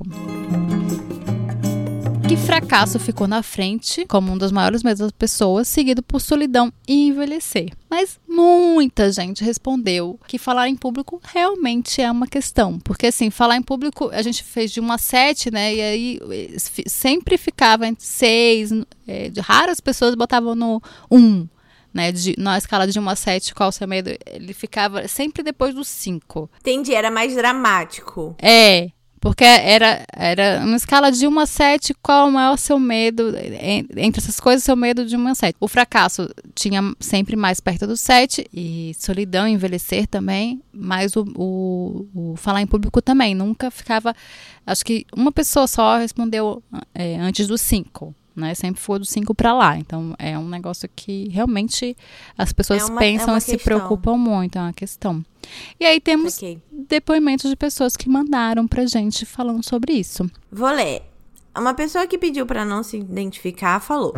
Que fracasso ficou na frente, como um dos maiores medos das pessoas, seguido por solidão e envelhecer. Mas muita gente respondeu que falar em público realmente é uma questão. Porque, assim, falar em público, a gente fez de um a sete, né? E aí sempre ficava entre seis, é, raras pessoas botavam no um. Né, de, na escala de um a sete, qual o seu medo? Ele ficava sempre depois do cinco. Entendi, era mais dramático. É, porque era, era uma escala de um a sete, qual é o maior seu medo? Entre essas coisas, seu medo de um a sete. O fracasso tinha sempre mais perto do sete, e solidão, envelhecer também, mas o, o, o falar em público também, nunca ficava... Acho que uma pessoa só respondeu é, antes do cinco. né? Sempre foi do cinco para lá. Então, é um negócio que realmente as pessoas é uma, pensam é e se preocupam muito, é uma questão. E aí temos okay. depoimentos de pessoas que mandaram pra gente falando sobre isso. Vou ler. Uma pessoa que pediu pra não se identificar falou: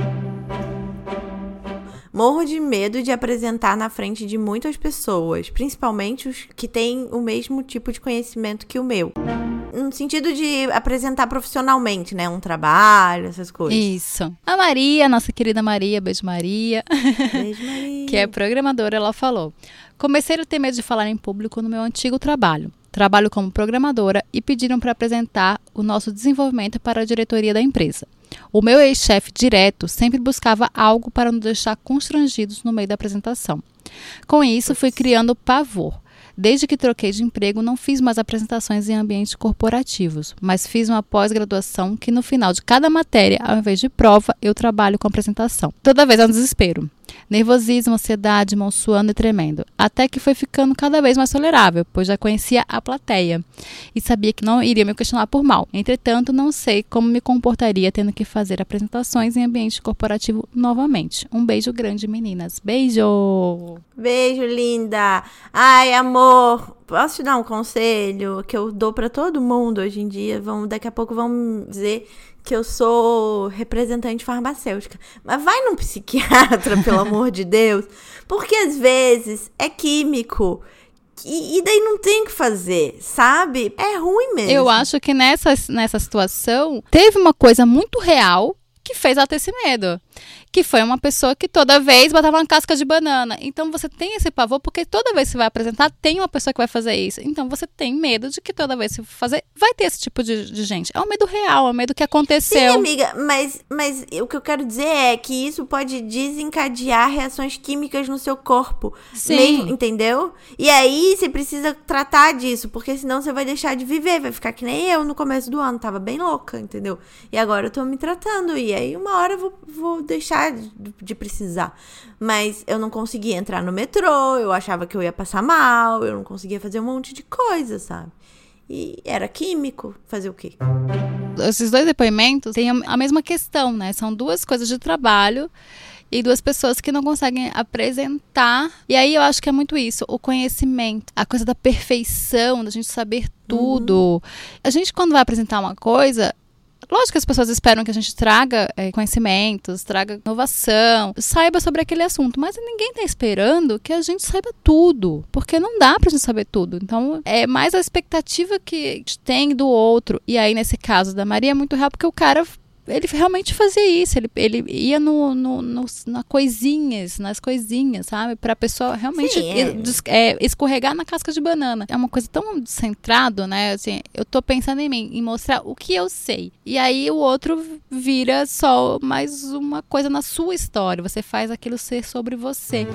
morro de medo de apresentar na frente de muitas pessoas, principalmente os que têm o mesmo tipo de conhecimento que o meu. No sentido de apresentar profissionalmente, né? Um trabalho, essas coisas. Isso. A Maria, nossa querida Maria, beijo Maria. Beijo Maria. Que é programadora, ela falou: comecei a ter medo de falar em público no meu antigo trabalho. Trabalho como programadora e pediram para apresentar o nosso desenvolvimento para a diretoria da empresa. O meu ex-chefe direto sempre buscava algo para nos deixar constrangidos no meio da apresentação. Com isso, fui criando pavor. Desde que troquei de emprego, não fiz mais apresentações em ambientes corporativos, mas fiz uma pós-graduação que no final de cada matéria, ao invés de prova, eu trabalho com apresentação. Toda vez é um desespero. Nervosismo, ansiedade, mão suando e tremendo. Até que foi ficando cada vez mais tolerável, pois já conhecia a plateia e sabia que não iria me questionar por mal. Entretanto, não sei como me comportaria tendo que fazer apresentações em ambiente corporativo novamente. Um beijo grande, meninas. Beijo! Beijo, linda! Ai, amor, posso te dar um conselho que eu dou pra todo mundo hoje em dia? Vamos, daqui a pouco vão dizer que eu sou representante farmacêutica. Mas vai num psiquiatra, pelo amor de Deus. Porque às vezes é químico. E, e daí não tem o que fazer, sabe? É ruim mesmo. Eu acho que nessa, nessa situação teve uma coisa muito real que fez ela ter esse medo. Que foi uma pessoa que toda vez botava uma casca de banana. Então você tem esse pavor, porque toda vez que você vai apresentar, tem uma pessoa que vai fazer isso. Então você tem medo de que toda vez que você for fazer, vai ter esse tipo de, de gente. É um medo real, é um medo que aconteceu. Sim, amiga, mas, mas o que eu quero dizer é que isso pode desencadear reações químicas no seu corpo. Sim. Mesmo, entendeu? E aí você precisa tratar disso, porque senão você vai deixar de viver, vai ficar que nem eu no começo do ano, tava bem louca, entendeu? E agora eu tô me tratando, e aí uma hora eu vou, vou deixar de, de precisar. Mas eu não conseguia entrar no metrô, eu achava que eu ia passar mal, eu não conseguia fazer um monte de coisa, sabe? E era químico, fazer o quê? Esses dois depoimentos têm a mesma questão, né? São duas coisas de trabalho e duas pessoas que não conseguem apresentar. E aí eu acho que é muito isso, o conhecimento, a coisa da perfeição, da gente saber tudo. Uhum. A gente, quando vai apresentar uma coisa, lógico que as pessoas esperam que a gente traga é, conhecimentos, traga inovação, saiba sobre aquele assunto, mas ninguém está esperando que a gente saiba tudo, porque não dá pra gente saber tudo. Então, é mais a expectativa que a gente tem do outro. E aí, nesse caso da Maria, é muito real, porque o cara, ele realmente fazia isso, ele, ele ia no, no, no, na coisinhas, nas coisinhas, sabe? Pra pessoa realmente Sim, é. É, escorregar na casca de banana. É uma coisa tão centrado, né? Assim, eu tô pensando em mim, em mostrar o que eu sei. E aí o outro vira só mais uma coisa na sua história. Você faz aquilo ser sobre você.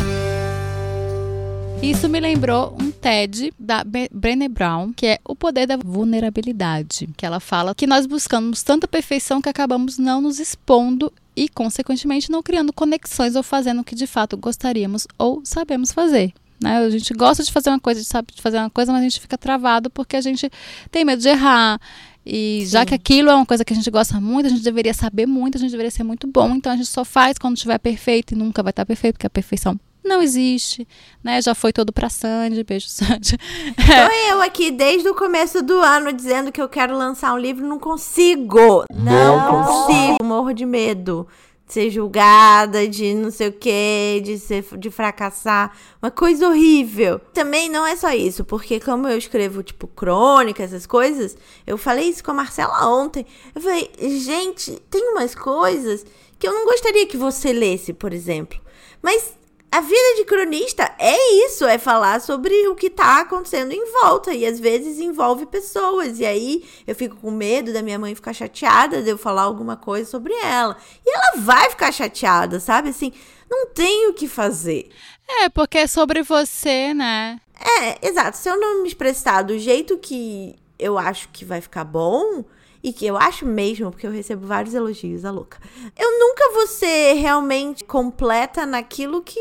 Isso me lembrou um TED da Brené Brown, que é O Poder da Vulnerabilidade, que ela fala que nós buscamos tanta perfeição que acabamos não nos expondo e, consequentemente, não criando conexões ou fazendo o que de fato gostaríamos ou sabemos fazer. Né? A gente gosta de fazer uma coisa, a gente sabe de fazer uma coisa, mas a gente fica travado porque a gente tem medo de errar. E Sim. já que aquilo é uma coisa que a gente gosta muito, a gente deveria saber muito, a gente deveria ser muito bom, então a gente só faz quando estiver perfeito e nunca vai estar perfeito, porque a perfeição não existe, né? Já foi todo pra Sandy, beijo Sandy. Tô eu aqui desde o começo do ano dizendo que eu quero lançar um livro, não consigo. Não, não consigo, morro de medo de ser julgada, de não sei o que, de, ser, de fracassar. Uma coisa horrível. Também não é só isso, porque como eu escrevo, tipo, crônica, essas coisas, eu falei isso com a Marcela ontem. Eu falei, gente, tem umas coisas que eu não gostaria que você lesse, por exemplo. Mas a vida de cronista é isso, é falar sobre o que tá acontecendo em volta. E às vezes envolve pessoas. E aí eu fico com medo da minha mãe ficar chateada de eu falar alguma coisa sobre ela. E ela vai ficar chateada, sabe? Assim, não tem o que fazer. É, porque é sobre você, né? É, exato. Se eu não me expressar do jeito que eu acho que vai ficar bom, e que eu acho mesmo, porque eu recebo vários elogios, a louca, eu nunca vou ser realmente completa naquilo que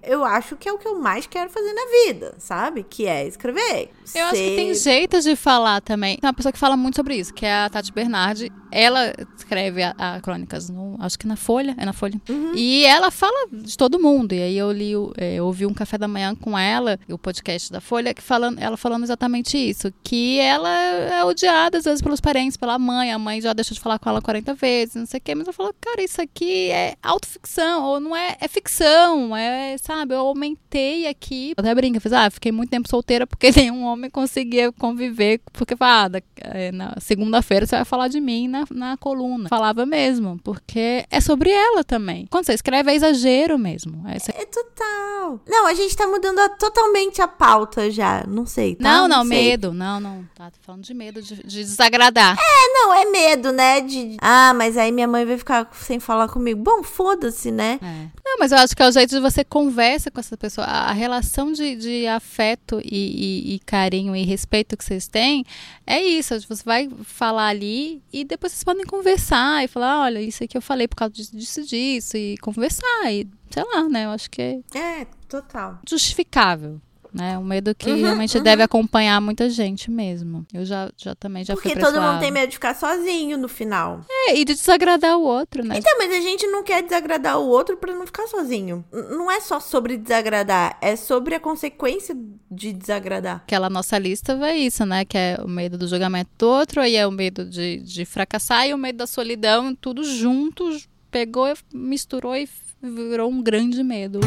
eu acho que é o que eu mais quero fazer na vida, sabe? Que é escrever. Eu Ser... acho que tem jeitos de falar também. Tem uma pessoa que fala muito sobre isso, que é a Tati Bernardi. Ela escreve a, a crônicas, no, acho que na Folha, é na Folha. Uhum. E ela fala de todo mundo. E aí eu li, é, eu ouvi um café da manhã com ela, o podcast da Folha, que falando, ela falando exatamente isso. Que ela é odiada, às vezes, pelos parentes, pela mãe. A mãe já deixou de falar com ela quarenta vezes, não sei o quê. Mas ela falou, cara, isso aqui é autoficção, ou não é, é ficção, é, sabe, eu aumentei aqui. Eu até brinca, fiz, ah, fiquei muito tempo solteira porque nenhum homem conseguia conviver, porque, ah, na segunda-feira você vai falar de mim na, na coluna. Falava mesmo, porque é sobre ela também. Quando você escreve é exagero mesmo. É, você... é total. Não, a gente tá mudando a, totalmente a pauta já, não sei, tá? Não, não, não sei. medo, não, não, tá falando de medo de, de desagradar. É, não, é medo, né, de, ah, mas aí minha mãe vai ficar sem falar comigo. Bom, foda-se, né? É. Não, mas eu acho que é o jeito de você conversa com essa pessoa. A, a relação de, de afeto e, e, e carinho e respeito que vocês têm é isso. Você vai falar ali e depois vocês podem conversar e falar, olha, isso aqui eu falei por causa disso, disso, disso. E conversar e, sei lá, né? Eu acho que é... É, total. Justificável. Né? Um medo que uhum, realmente uhum. deve acompanhar muita gente mesmo. Eu já, já também já Porque fui pra todo esse mundo lado. tem medo de ficar sozinho no final. É, e de desagradar o outro, né? Então, mas a gente não quer desagradar o outro pra não ficar sozinho. N- não é só sobre desagradar, é sobre a consequência de desagradar. Aquela nossa lista vai isso, né? Que é o medo do julgamento do outro, aí é o medo de, de fracassar e o medo da solidão, tudo junto, pegou, misturou e virou um grande medo.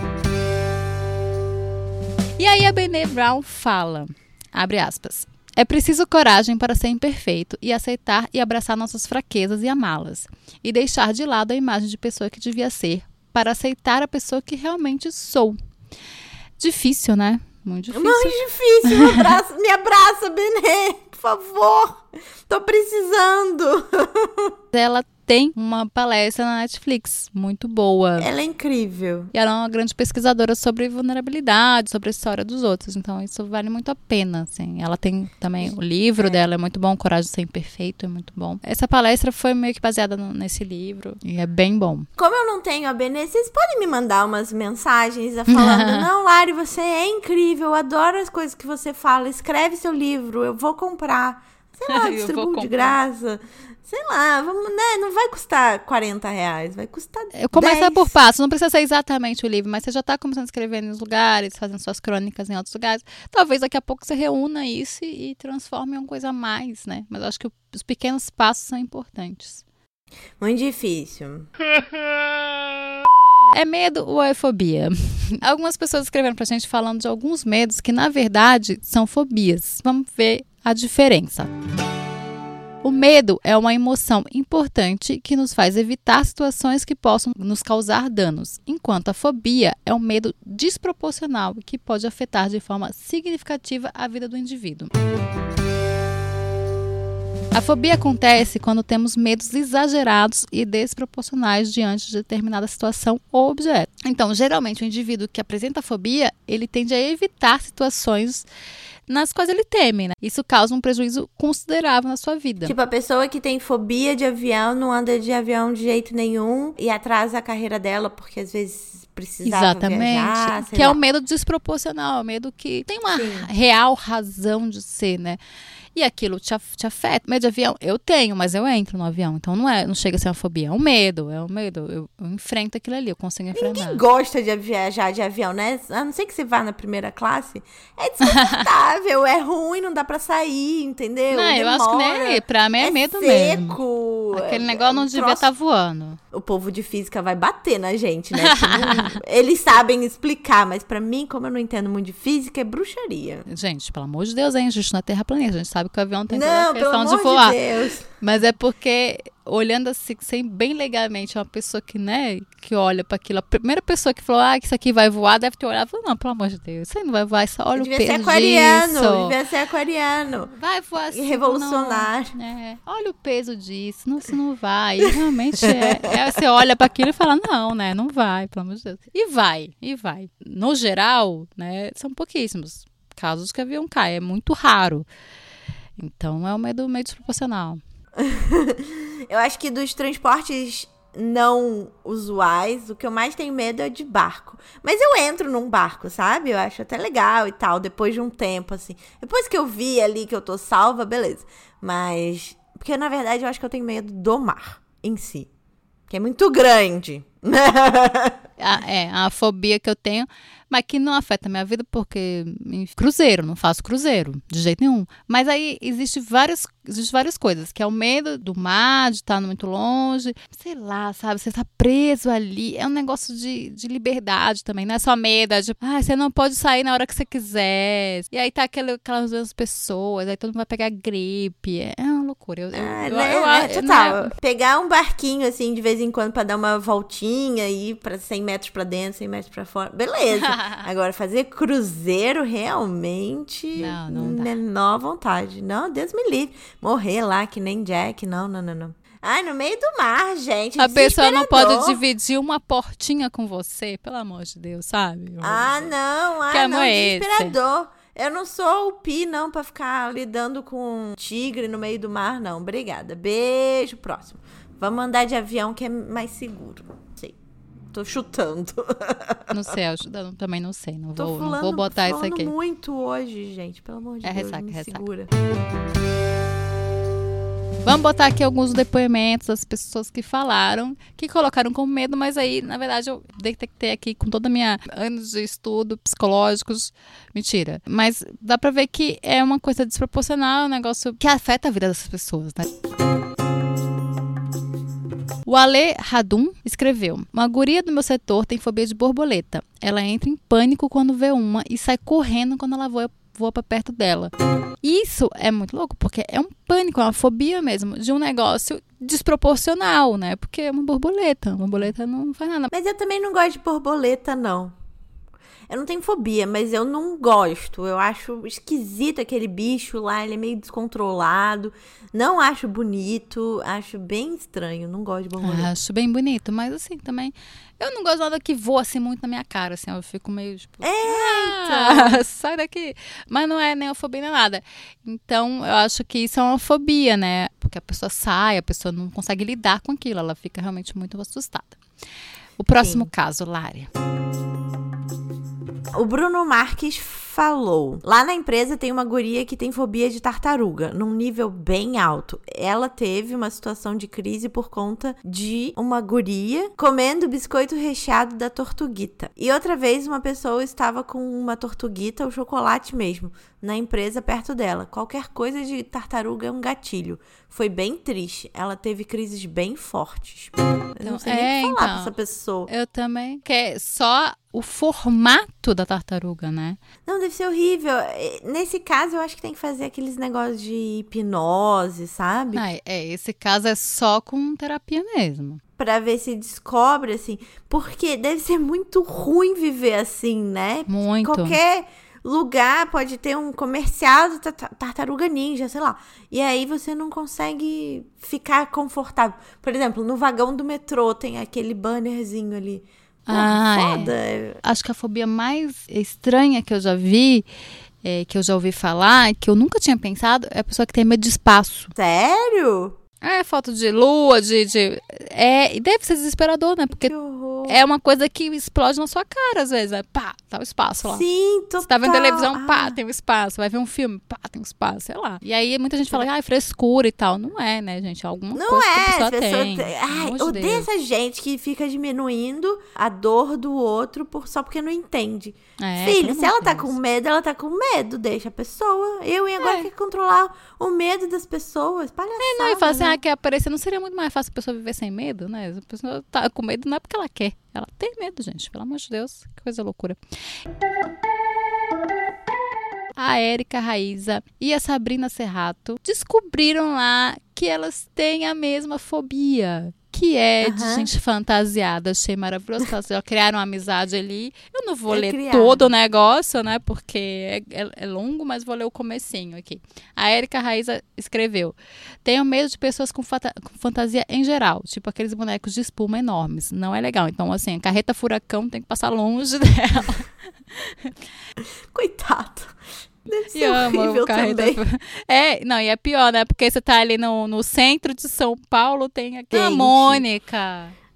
E aí a Brené Brown fala, abre aspas, é preciso coragem para ser imperfeito e aceitar e abraçar nossas fraquezas e amá-las. E deixar de lado a imagem de pessoa que devia ser, para aceitar a pessoa que realmente sou. Difícil, né? Muito difícil. Muito difícil, me abraça, me abraça, Brené, por favor. Tô precisando. Ela tem uma palestra na Netflix muito boa. Ela é incrível. E ela é uma grande pesquisadora sobre vulnerabilidade, sobre a história dos outros. Então, isso vale muito a pena, assim. Ela tem também o livro é. dela, é muito bom. Coragem de Ser Imperfeito, é muito bom. Essa palestra foi meio que baseada no, nesse livro. E é bem bom. Como eu não tenho a Brené, vocês podem me mandar umas mensagens falando, não, Lari, você é incrível, eu adoro as coisas que você fala. Escreve seu livro, eu vou comprar. Sei lá, distribuo de graça. Sei lá, vamos, né? Não vai custar quarenta reais, vai custar dez. Começa por passos, não precisa ser exatamente o livro, mas você já está começando a escrever nos lugares, fazendo suas crônicas em outros lugares. Talvez daqui a pouco você reúna isso e, e transforme em uma coisa a mais, né? Mas eu acho que o, os pequenos passos são importantes. Muito difícil. É medo ou é fobia? Algumas pessoas escreveram pra gente falando de alguns medos que, na verdade, são fobias. Vamos ver a diferença. O medo é uma emoção importante que nos faz evitar situações que possam nos causar danos, enquanto a fobia é um medo desproporcional que pode afetar de forma significativa a vida do indivíduo. A fobia acontece quando temos medos exagerados e desproporcionais diante de determinada situação ou objeto. Então, geralmente, o indivíduo que apresenta fobia, ele tende a evitar situações nas quais ele teme, né? Isso causa um prejuízo considerável na sua vida. Tipo, a pessoa que tem fobia de avião não anda de avião de jeito nenhum e atrasa a carreira dela porque às vezes precisava Exatamente. viajar. Que lá. É um medo desproporcional, é um medo que tem uma Sim. real razão de ser, né? E aquilo te, af- te afeta. Medo de avião, eu tenho, mas eu entro no avião. Então não, é, não chega a ser uma fobia, é um medo. É um medo. Eu, eu enfrento aquilo ali, eu consigo enfrentar. Ninguém gosta de viajar de avião, né? A não ser que você vá na primeira classe. É desconfortável, é ruim, não dá pra sair, entendeu? Não, Demora, eu acho que nem pra mim é, é medo seco, mesmo. Aquele negócio não devia estar tá voando. O povo de física vai bater na gente, né? Não, eles sabem explicar, mas pra mim, como eu não entendo muito de física, é bruxaria. Gente, pelo amor de Deus, hein? A gente não é terraplanista, a gente sabe que o avião tem não, toda a questão de voar. De Deus. Mas é porque, olhando assim, sem, bem legalmente, uma pessoa que, né, que olha para aquilo, a primeira pessoa que falou, ah, que isso aqui vai voar, deve ter olhado e falou, não, pelo amor de Deus, isso aí não vai voar, só olha devia o peso disso. Devia ser aquariano, devia ser aquariano. Vai voar assim. E revolucionar. Não, é, olha o peso disso, não, isso não vai. E realmente, é, é, você olha para aquilo e fala, não, né, não vai, pelo amor de Deus. E vai, e vai. No geral, né, são pouquíssimos casos que o avião cai, é muito raro. Então, é um medo meio desproporcional. Eu acho que dos transportes não usuais, o que eu mais tenho medo é de barco. Mas eu entro num barco, sabe? Eu acho até legal e tal, depois de um tempo, assim. Depois que eu vi ali que eu tô salva, beleza. Mas, porque na verdade eu acho que eu tenho medo do mar em si, que é muito grande. a, é, a fobia que eu tenho, mas que não afeta a minha vida porque em cruzeiro, não faço cruzeiro, de jeito nenhum. Mas aí existe várias, existe várias coisas, que é o medo do mar, de estar muito longe, sei lá, sabe, você tá preso ali, é um negócio de, de liberdade também, não é só medo, é de, ah, você não pode sair na hora que você quiser, e aí tá aquele, aquelas mesmas pessoas, aí todo mundo vai pegar gripe, é uma loucura. Eu, eu, ah, eu, né, eu, né, eu, total. né? Pegar um barquinho, assim, de vez em quando pra dar uma voltinha e ir pra cem metros pra dentro, cem metros pra fora, beleza. Agora, fazer cruzeiro, realmente, não, não dá. Menor vontade. Não, Deus me livre. Morrer lá, que nem Jack, não, não, não, não. Ai, no meio do mar, gente, a pessoa não pode dividir uma portinha com você, pelo amor de Deus, sabe? Ah, não, ah, que não, amor é desesperador. esse? Eu não sou o Pi, não, pra ficar lidando com tigre no meio do mar, não. Obrigada. Beijo, próximo. Vamos andar de avião, que é mais seguro. Sei. Tô chutando. Não sei, eu também não sei. Não, Tô vou, fulano, não vou botar isso aqui. muito hoje, gente. Pelo amor de é Deus, ressaca, me ressaca. segura. Vamos botar aqui alguns depoimentos das pessoas que falaram, que colocaram com medo, mas aí, na verdade, eu detectei aqui com toda a minha anos de estudo psicológicos. Mentira. Mas dá pra ver que é uma coisa desproporcional, um negócio que afeta a vida dessas pessoas, né? O Ale Radum escreveu: uma guria do meu setor tem fobia de borboleta. Ela entra em pânico quando vê uma e sai correndo quando ela voa, voa pra perto dela. Isso é muito louco, porque é um pânico, é uma fobia mesmo, de um negócio desproporcional, né? Porque é uma borboleta, uma borboleta não faz nada. Mas eu também não gosto de borboleta, não. Eu não tenho fobia, mas eu não gosto. Eu acho esquisito aquele bicho lá, ele é meio descontrolado. Não acho bonito, acho bem estranho. Não gosto de borboleta. Ah, acho bem bonito, mas assim, também... Eu não gosto de nada que voa assim muito na minha cara, assim. Eu fico meio, tipo... Eita! Ah, sai daqui! Mas não é nem a fobia nem nada. Então, eu acho que isso é uma fobia, né? Porque a pessoa sai, a pessoa não consegue lidar com aquilo. Ela fica realmente muito assustada. O próximo Sim. caso, Lari. O Bruno Marques falou: lá na empresa tem uma guria que tem fobia de tartaruga, num nível bem alto. Ela teve uma situação de crise por conta de uma guria comendo biscoito recheado da tortuguita. E outra vez uma pessoa estava com uma tortuguita, o chocolate mesmo, na empresa perto dela. Qualquer coisa de tartaruga é um gatilho. Foi bem triste. Ela teve crises bem fortes. Eu não sei é, nem o que falar então, pra essa pessoa. Eu também. Que é só o formato da tartaruga, né? Não, deve ser horrível. Nesse caso, eu acho que tem que fazer aqueles negócios de hipnose, sabe? Ah, é, esse caso é só com terapia mesmo. Pra ver se descobre, assim. Porque deve ser muito ruim viver assim, né? Muito. Qualquer lugar pode ter um comercial de tartaruga ninja, sei lá. E aí você não consegue ficar confortável. Por exemplo, no vagão do metrô tem aquele bannerzinho ali. Pô, ah, foda. É. Acho que a fobia mais estranha que eu já vi, é, que eu já ouvi falar, que eu nunca tinha pensado, é a pessoa que tem medo de espaço. Sério? É, foto de lua, de... de é, e deve ser desesperador, né? Porque que horror. É uma coisa que explode na sua cara, às vezes. Né? Pá, tá o espaço lá. Sim, total. Você tá vendo televisão, ah. pá, tem um espaço. Vai ver um filme, pá, tem um espaço, sei lá. E aí muita gente fala, ah, é frescura e tal. Não é, né, gente? Alguma não coisa é, que a pessoa, pessoa tem. tem. Ai, de odeio Deus. essa gente que fica diminuindo a dor do outro por, só porque não entende. É, Filho, se ela tá Deus. com medo, ela tá com medo. Deixa a pessoa. Eu e agora É. quer controlar o medo das pessoas. Palhaçada. É, não, e fala assim, né? ah, quer aparecer. Não seria muito mais fácil a pessoa viver sem medo, né? A pessoa tá com medo não é porque ela quer. Ela tem medo, gente. Pelo amor de Deus. Que coisa loucura. A Érica Raíza e a Sabrina Serrato descobriram lá que elas têm a mesma fobia. Que é Uhum. de gente fantasiada. Achei maravilhoso que elas já criaram uma amizade ali. Eu não vou É ler criado. todo o negócio, né? Porque é, é, é longo, mas vou ler o comecinho aqui. A Érica Raíza escreveu: tenho medo de pessoas com, fata- com fantasia em geral. Tipo aqueles bonecos de espuma enormes. Não é legal. Então, assim, a carreta furacão tem que passar longe dela. Coitado. Deve ser E amo horrível o carreta também. furacão. É, não, e é pior, né? Porque você tá ali no, no centro de São Paulo, tem aqui a Gente. Mônica.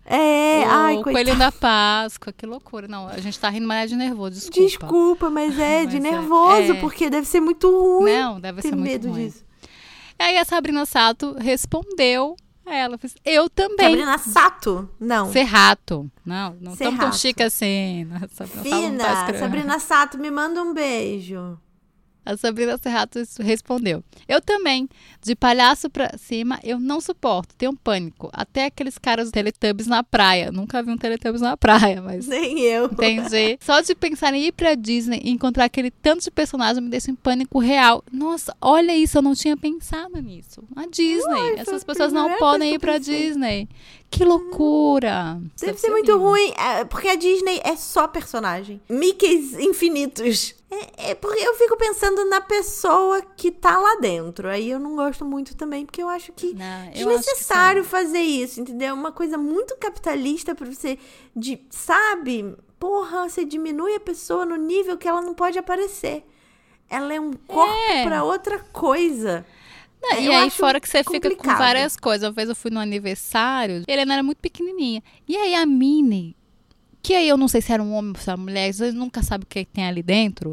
É, o ai, coitado. Coelhinho da Páscoa, que loucura. Não, a gente tá rindo, mas é de nervoso, desculpa. Desculpa, mas é Mas de é- nervoso, é. porque deve ser muito ruim. Não, deve ter ser muito medo ruim. disso. E aí a Sabrina Sato respondeu a ela, fez, eu também. Sabrina Sato? Não. Serrato. Não, não estamos tão Serrato. chique assim. Né? Sabrina Sato não tá Fina, escrevendo. Sabrina Sato, me manda um beijo. A Sabrina Serrato respondeu. Eu também. De palhaço pra cima, eu não suporto. Tenho pânico. Até aqueles caras Teletubbies na praia. Nunca vi um Teletubbies na praia, mas... Nem eu. Entendi. Só de pensar em ir pra Disney e encontrar aquele tanto de personagem me deixa em pânico real. Nossa, olha isso, eu não tinha pensado nisso. A Disney. Uai, foi Essas a pessoas não primeira podem coisa ir que eu pra pensei. Disney. Que loucura. Isso Deve ser muito horrível. ruim, é, porque a Disney é só personagem. Mickeys infinitos. É, é porque eu fico pensando na pessoa que tá lá dentro. Aí eu não gosto muito também, porque eu acho que Não, eu acho que desnecessário sim. fazer isso, entendeu? Uma coisa muito capitalista pra você, de, sabe? Porra, você diminui a pessoa no nível que ela não pode aparecer. Ela é um corpo É. pra outra coisa. Não, É, e eu aí, acho fora que você fica com complicado. várias coisas. Uma vez eu fui no aniversário, a Helena era muito pequenininha. E aí a Minnie, que aí eu não sei se era um homem ou se era uma mulher, você nunca sabe o que tem ali dentro.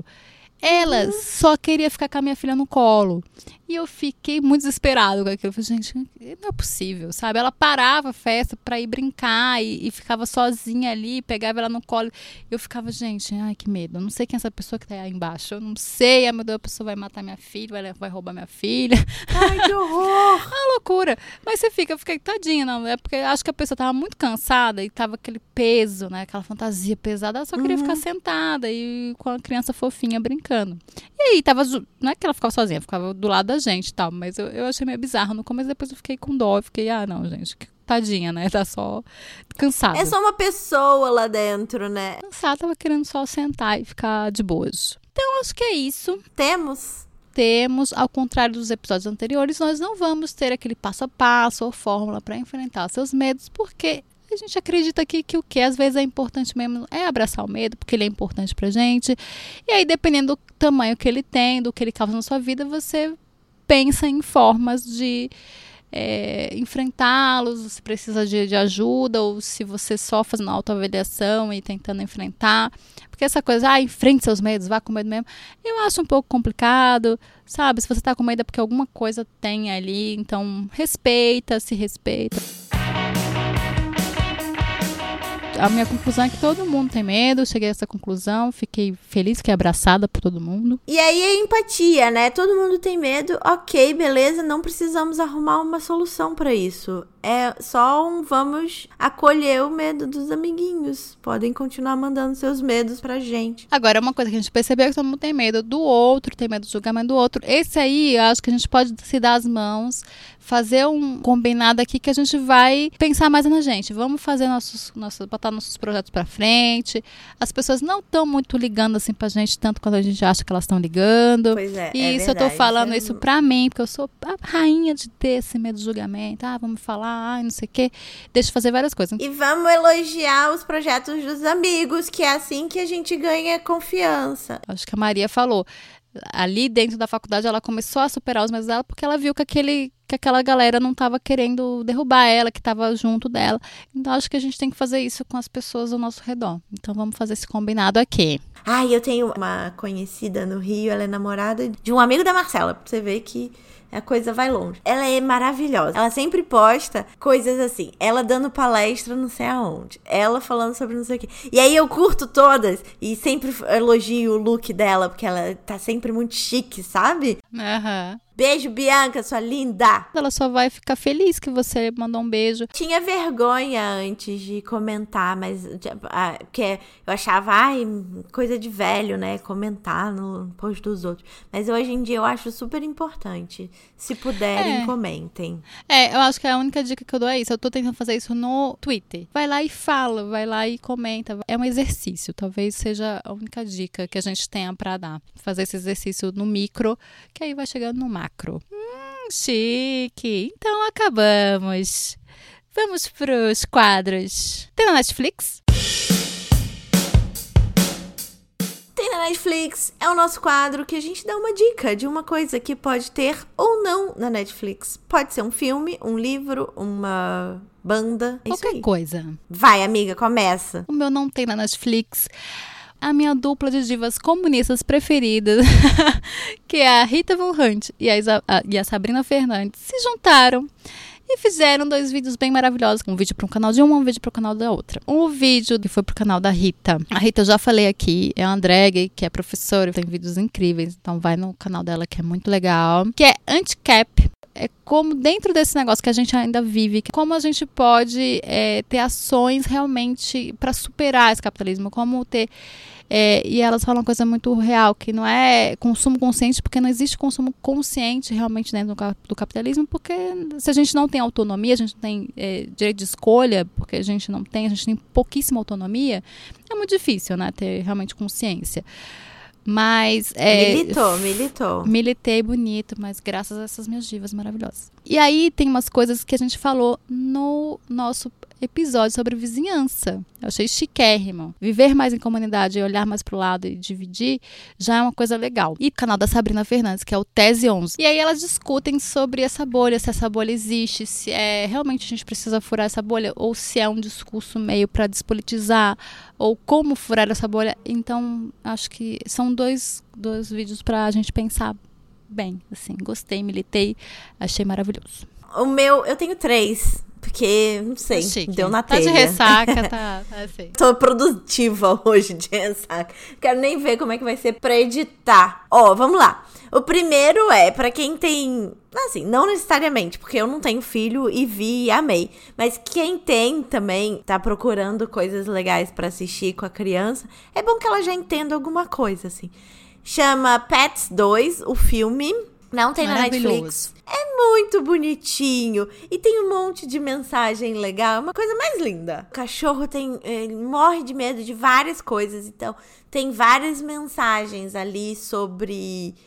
Ela só queria ficar com a minha filha no colo. E eu fiquei muito desesperada com aquilo. Eu falei, gente, não é possível, sabe? Ela parava a festa pra ir brincar e, e ficava sozinha ali, pegava ela no colo. Eu ficava, gente, ai, que medo. Eu não sei quem é essa pessoa que tá aí embaixo. Eu não sei, ai, meu Deus, a pessoa vai matar minha filha, vai, vai roubar minha filha. Ai, que horror! Uma loucura. Mas você fica, eu fiquei tadinha, não. É porque eu acho que a pessoa tava muito cansada e tava aquele peso, né? Aquela fantasia pesada. Ela só queria Uhum. ficar sentada e com a criança fofinha brincando. E aí, tava. ju- Não é que ela ficava sozinha, ficava do lado da gente e tal. Mas eu, eu achei meio bizarro no começo, depois eu fiquei com dó. Eu fiquei, ah, não, gente, que tadinha, né? Tá só cansada. É só uma pessoa lá dentro, né? Cansada, tava querendo só sentar e ficar de boas. Então, acho que é isso. Temos. Temos, ao contrário dos episódios anteriores, nós não vamos ter aquele passo a passo ou fórmula para enfrentar seus medos, porque a gente acredita aqui que o que às vezes é importante mesmo é abraçar o medo, porque ele é importante pra gente. E aí, dependendo do tamanho que ele tem, do que ele causa na sua vida, você pensa em formas de é, enfrentá-los, se precisa de, de ajuda, ou se você só fazendo autoavaliação e tentando enfrentar. Porque essa coisa, ah, enfrente seus medos, vá com medo mesmo, eu acho um pouco complicado, sabe? Se você tá com medo é porque alguma coisa tem ali, então respeita, se respeita. A minha conclusão é que todo mundo tem medo, eu cheguei a essa conclusão, fiquei feliz, fiquei abraçada por todo mundo. E aí é empatia, né? Todo mundo tem medo, ok, beleza, não precisamos arrumar uma solução pra isso. É só um vamos acolher o medo dos amiguinhos. Podem continuar mandando seus medos pra gente. Agora, uma coisa que a gente percebeu é que todo mundo tem medo do outro, tem medo do julgamento do outro. Esse aí, eu acho que a gente pode se dar as mãos, fazer um combinado aqui que a gente vai pensar mais na gente. Vamos fazer nossos, nossos botar nossos projetos pra frente. As pessoas não estão muito ligando assim pra gente, tanto quanto a gente acha que elas estão ligando. Pois é, E é isso eu tô verdade. falando É- isso pra mim, porque eu sou a rainha de ter esse medo do julgamento. Ah, vamos falar, ai, não sei o quê. Deixa eu fazer várias coisas. E vamos elogiar os projetos dos amigos, que é assim que a gente ganha confiança. Acho que a Maria falou. Ali dentro da faculdade ela começou a superar os medos dela porque ela viu que, aquele, que aquela galera não estava querendo derrubar ela, que estava junto dela. Então acho que a gente tem que fazer isso com as pessoas ao nosso redor. Então vamos fazer esse combinado aqui. Ai, eu tenho uma conhecida no Rio, ela é namorada de um amigo da Marcela, pra você ver que a coisa vai longe. Ela é maravilhosa. Ela sempre posta coisas assim. Ela dando palestra não sei aonde. Ela falando sobre não sei o quê. E aí eu curto todas e sempre elogio o look dela, porque ela tá sempre muito chique, sabe? Aham. Beijo, Bianca, sua linda! Ela só vai ficar feliz que você mandou um beijo. Tinha vergonha antes de comentar, mas ah, porque eu achava, ai, coisa de velho, né? Comentar no post dos outros. Mas hoje em dia eu acho super importante. Se puderem, É. comentem. É, eu acho que a única dica que eu dou é isso. Eu tô tentando fazer isso no Twitter. Vai lá e fala, vai lá e comenta. É um exercício. Talvez seja a única dica que a gente tenha pra dar. Fazer esse exercício no micro, que aí vai chegando no macro. Hum, chique. Então acabamos. Vamos pros quadros. Tem na Netflix? Tem na Netflix é o nosso quadro que a gente dá uma dica de uma coisa que pode ter ou não na Netflix. Pode ser um filme, um livro, uma banda. É Qualquer coisa. Vai, amiga, começa. O meu não tem na Netflix. A minha dupla de divas comunistas preferidas, que é a Rita Von Hunt e a, Isa- a- e a Sabrina Fernandes, se juntaram e fizeram dois vídeos bem maravilhosos. Um vídeo para um canal de uma, um vídeo para o canal da outra. Um vídeo que foi para o canal da Rita. A Rita eu já falei aqui, é uma drag que é professora, tem vídeos incríveis. Então vai no canal dela que é muito legal. Que é Anti-Cap. É como dentro desse negócio que a gente ainda vive, como a gente pode é, ter ações realmente para superar esse capitalismo, como ter... É, e elas falam uma coisa muito real, que não é consumo consciente, porque não existe consumo consciente realmente dentro do, cap- do capitalismo, porque se a gente não tem autonomia, a gente não tem é, direito de escolha, porque a gente não tem, a gente tem pouquíssima autonomia, é muito difícil, né, ter realmente consciência. Mas... É, militou, militou. Militei bonito, mas graças a essas minhas divas maravilhosas. E aí tem umas coisas que a gente falou no nosso episódio sobre vizinhança. Eu achei chiquérrimo. Viver mais em comunidade e olhar mais pro lado e dividir já é uma coisa legal. E o canal da Sabrina Fernandes, que é o Tese onze. E aí elas discutem sobre essa bolha, se essa bolha existe, se é realmente a gente precisa furar essa bolha, ou se é um discurso meio para despolitizar, ou como furar essa bolha. Então, acho que são dois, dois vídeos pra gente pensar bem, assim. Gostei, militei, achei maravilhoso. O meu, eu tenho três. Porque, não sei, Chique. deu na tá telha. Tá de ressaca, tá, tá assim. Tô produtiva hoje de ressaca. Quero nem ver como é que vai ser pra editar. Ó, vamos lá. O primeiro é pra quem tem... Assim, não necessariamente, porque eu não tenho filho e vi e amei. Mas quem tem também, tá procurando coisas legais pra assistir com a criança, é bom que ela já entenda alguma coisa, assim. Chama Pets dois, o filme... Não tem na Netflix. É muito bonitinho. E tem um monte de mensagem legal. É uma coisa mais linda. O cachorro tem, ele morre de medo de várias coisas. Então, tem várias mensagens ali sobre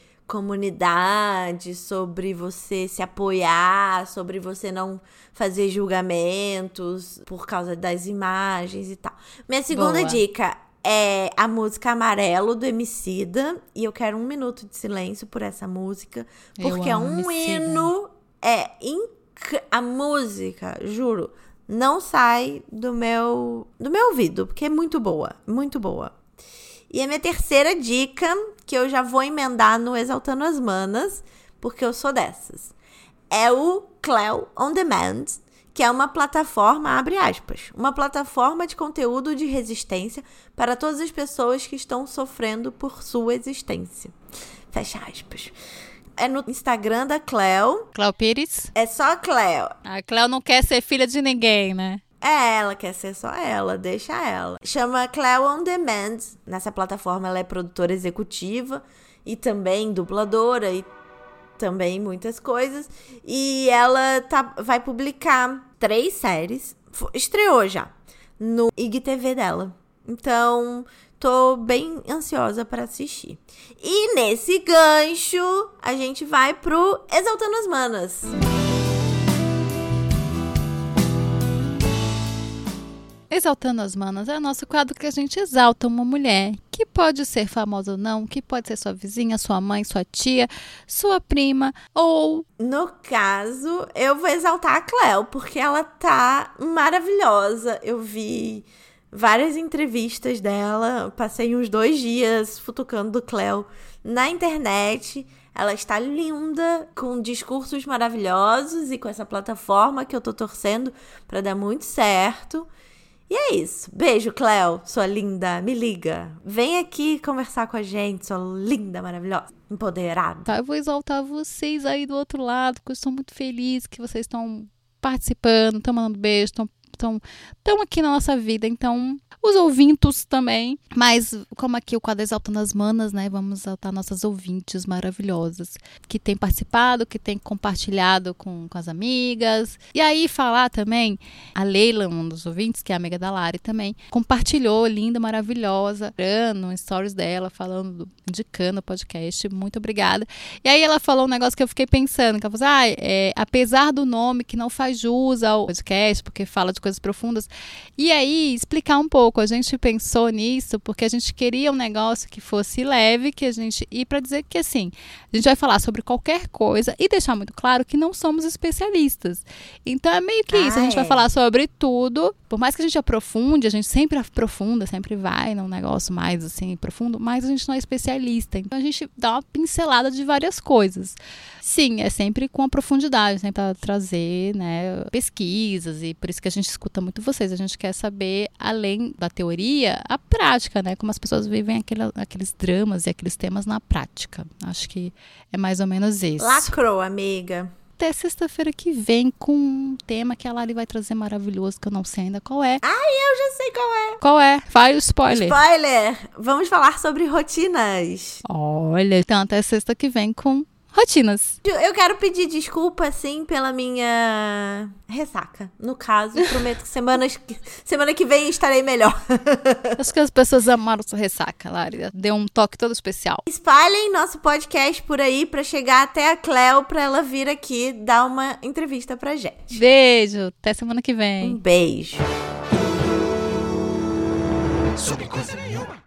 comunidade, sobre você se apoiar, sobre você não fazer julgamentos por causa das imagens e tal. Minha segunda Boa. dica é a música Amarelo, do Emicida. E eu quero um minuto de silêncio por essa música. Porque é um hino. É inc... A música, juro, não sai do meu, do meu ouvido. Porque é muito boa. Muito boa. E a minha terceira dica, que eu já vou emendar no Exaltando as Manas, porque eu sou dessas, é o Cleo On Demand, que é uma plataforma, abre aspas, uma plataforma de conteúdo de resistência para todas as pessoas que estão sofrendo por sua existência. Fecha aspas. É no Instagram da Cleo. Cleo Pires. É só a Cleo. A Cleo não quer ser filha de ninguém, né? É, ela quer ser só ela, deixa ela. Chama Cleo On Demand. Nessa plataforma ela é produtora executiva e também dubladora e também muitas coisas. E ela tá, vai publicar três séries. Estreou já no I G T V dela. Então, tô bem ansiosa para assistir. E nesse gancho, a gente vai pro Exaltando as Manas. Exaltando as Manas é o nosso quadro que a gente exalta uma mulher, que pode ser famosa ou não, que pode ser sua vizinha, sua mãe, sua tia, sua prima, ou... No caso, eu vou exaltar a Cleo, porque ela tá maravilhosa. Eu vi várias entrevistas dela, passei uns dois dias futucando Cleo na internet. Ela está linda, com discursos maravilhosos e com essa plataforma que eu tô torcendo pra dar muito certo. E é isso. Beijo, Cleo, sua linda. Me liga. Vem aqui conversar com a gente, sua linda, maravilhosa, empoderada. Tá, eu vou exaltar vocês aí do outro lado, porque eu estou muito feliz que vocês estão participando, estão mandando beijo, estão estão estão aqui na nossa vida. Então, os ouvintos também. Mas, como aqui o quadro Exaltando as Manas, né? Vamos exaltar nossas ouvintes maravilhosas, que têm participado, que têm compartilhado com, com as amigas. E aí, falar também, a Leila, um dos ouvintes, que é amiga da Lari também, compartilhou, linda, maravilhosa, no stories dela, falando, indicando o podcast. Muito obrigada. E aí, ela falou um negócio que eu fiquei pensando, que ela falou assim, ah, é, apesar do nome que não faz jus ao podcast, porque fala de coisas profundas, e aí, explicar um pouco. pouco, a gente pensou nisso porque a gente queria um negócio que fosse leve, que a gente... E para dizer que, assim, a gente vai falar sobre qualquer coisa e deixar muito claro que não somos especialistas. Então, é meio que ah, isso. A gente é. vai falar sobre tudo. Por mais que a gente aprofunde, a gente sempre aprofunda, sempre vai num negócio mais, assim, profundo, mas a gente não é especialista. Então, a gente dá uma pincelada de várias coisas. Sim, é sempre com a profundidade, sempre para trazer, né, pesquisas, e por isso que a gente escuta muito vocês. A gente quer saber, além da teoria, a prática, né? Como as pessoas vivem aquele, aqueles dramas e aqueles temas na prática. Acho que é mais ou menos isso. Lacrou, amiga. Até sexta-feira que vem com um tema que a Lari vai trazer maravilhoso, que eu não sei ainda qual é. Ai, eu já sei qual é. Qual é? Vai o spoiler. Spoiler! Vamos falar sobre rotinas. Olha, então até sexta que vem com rotinas. Eu quero pedir desculpa, sim, pela minha ressaca. No caso, prometo que semanas, semana que vem estarei melhor. Acho que as pessoas amaram sua ressaca, Lari. Deu um toque todo especial. Espalhem nosso podcast por aí pra chegar até a Cleo, pra ela vir aqui dar uma entrevista pra gente. Beijo, até semana que vem. Um beijo. Sobre coisa nenhuma.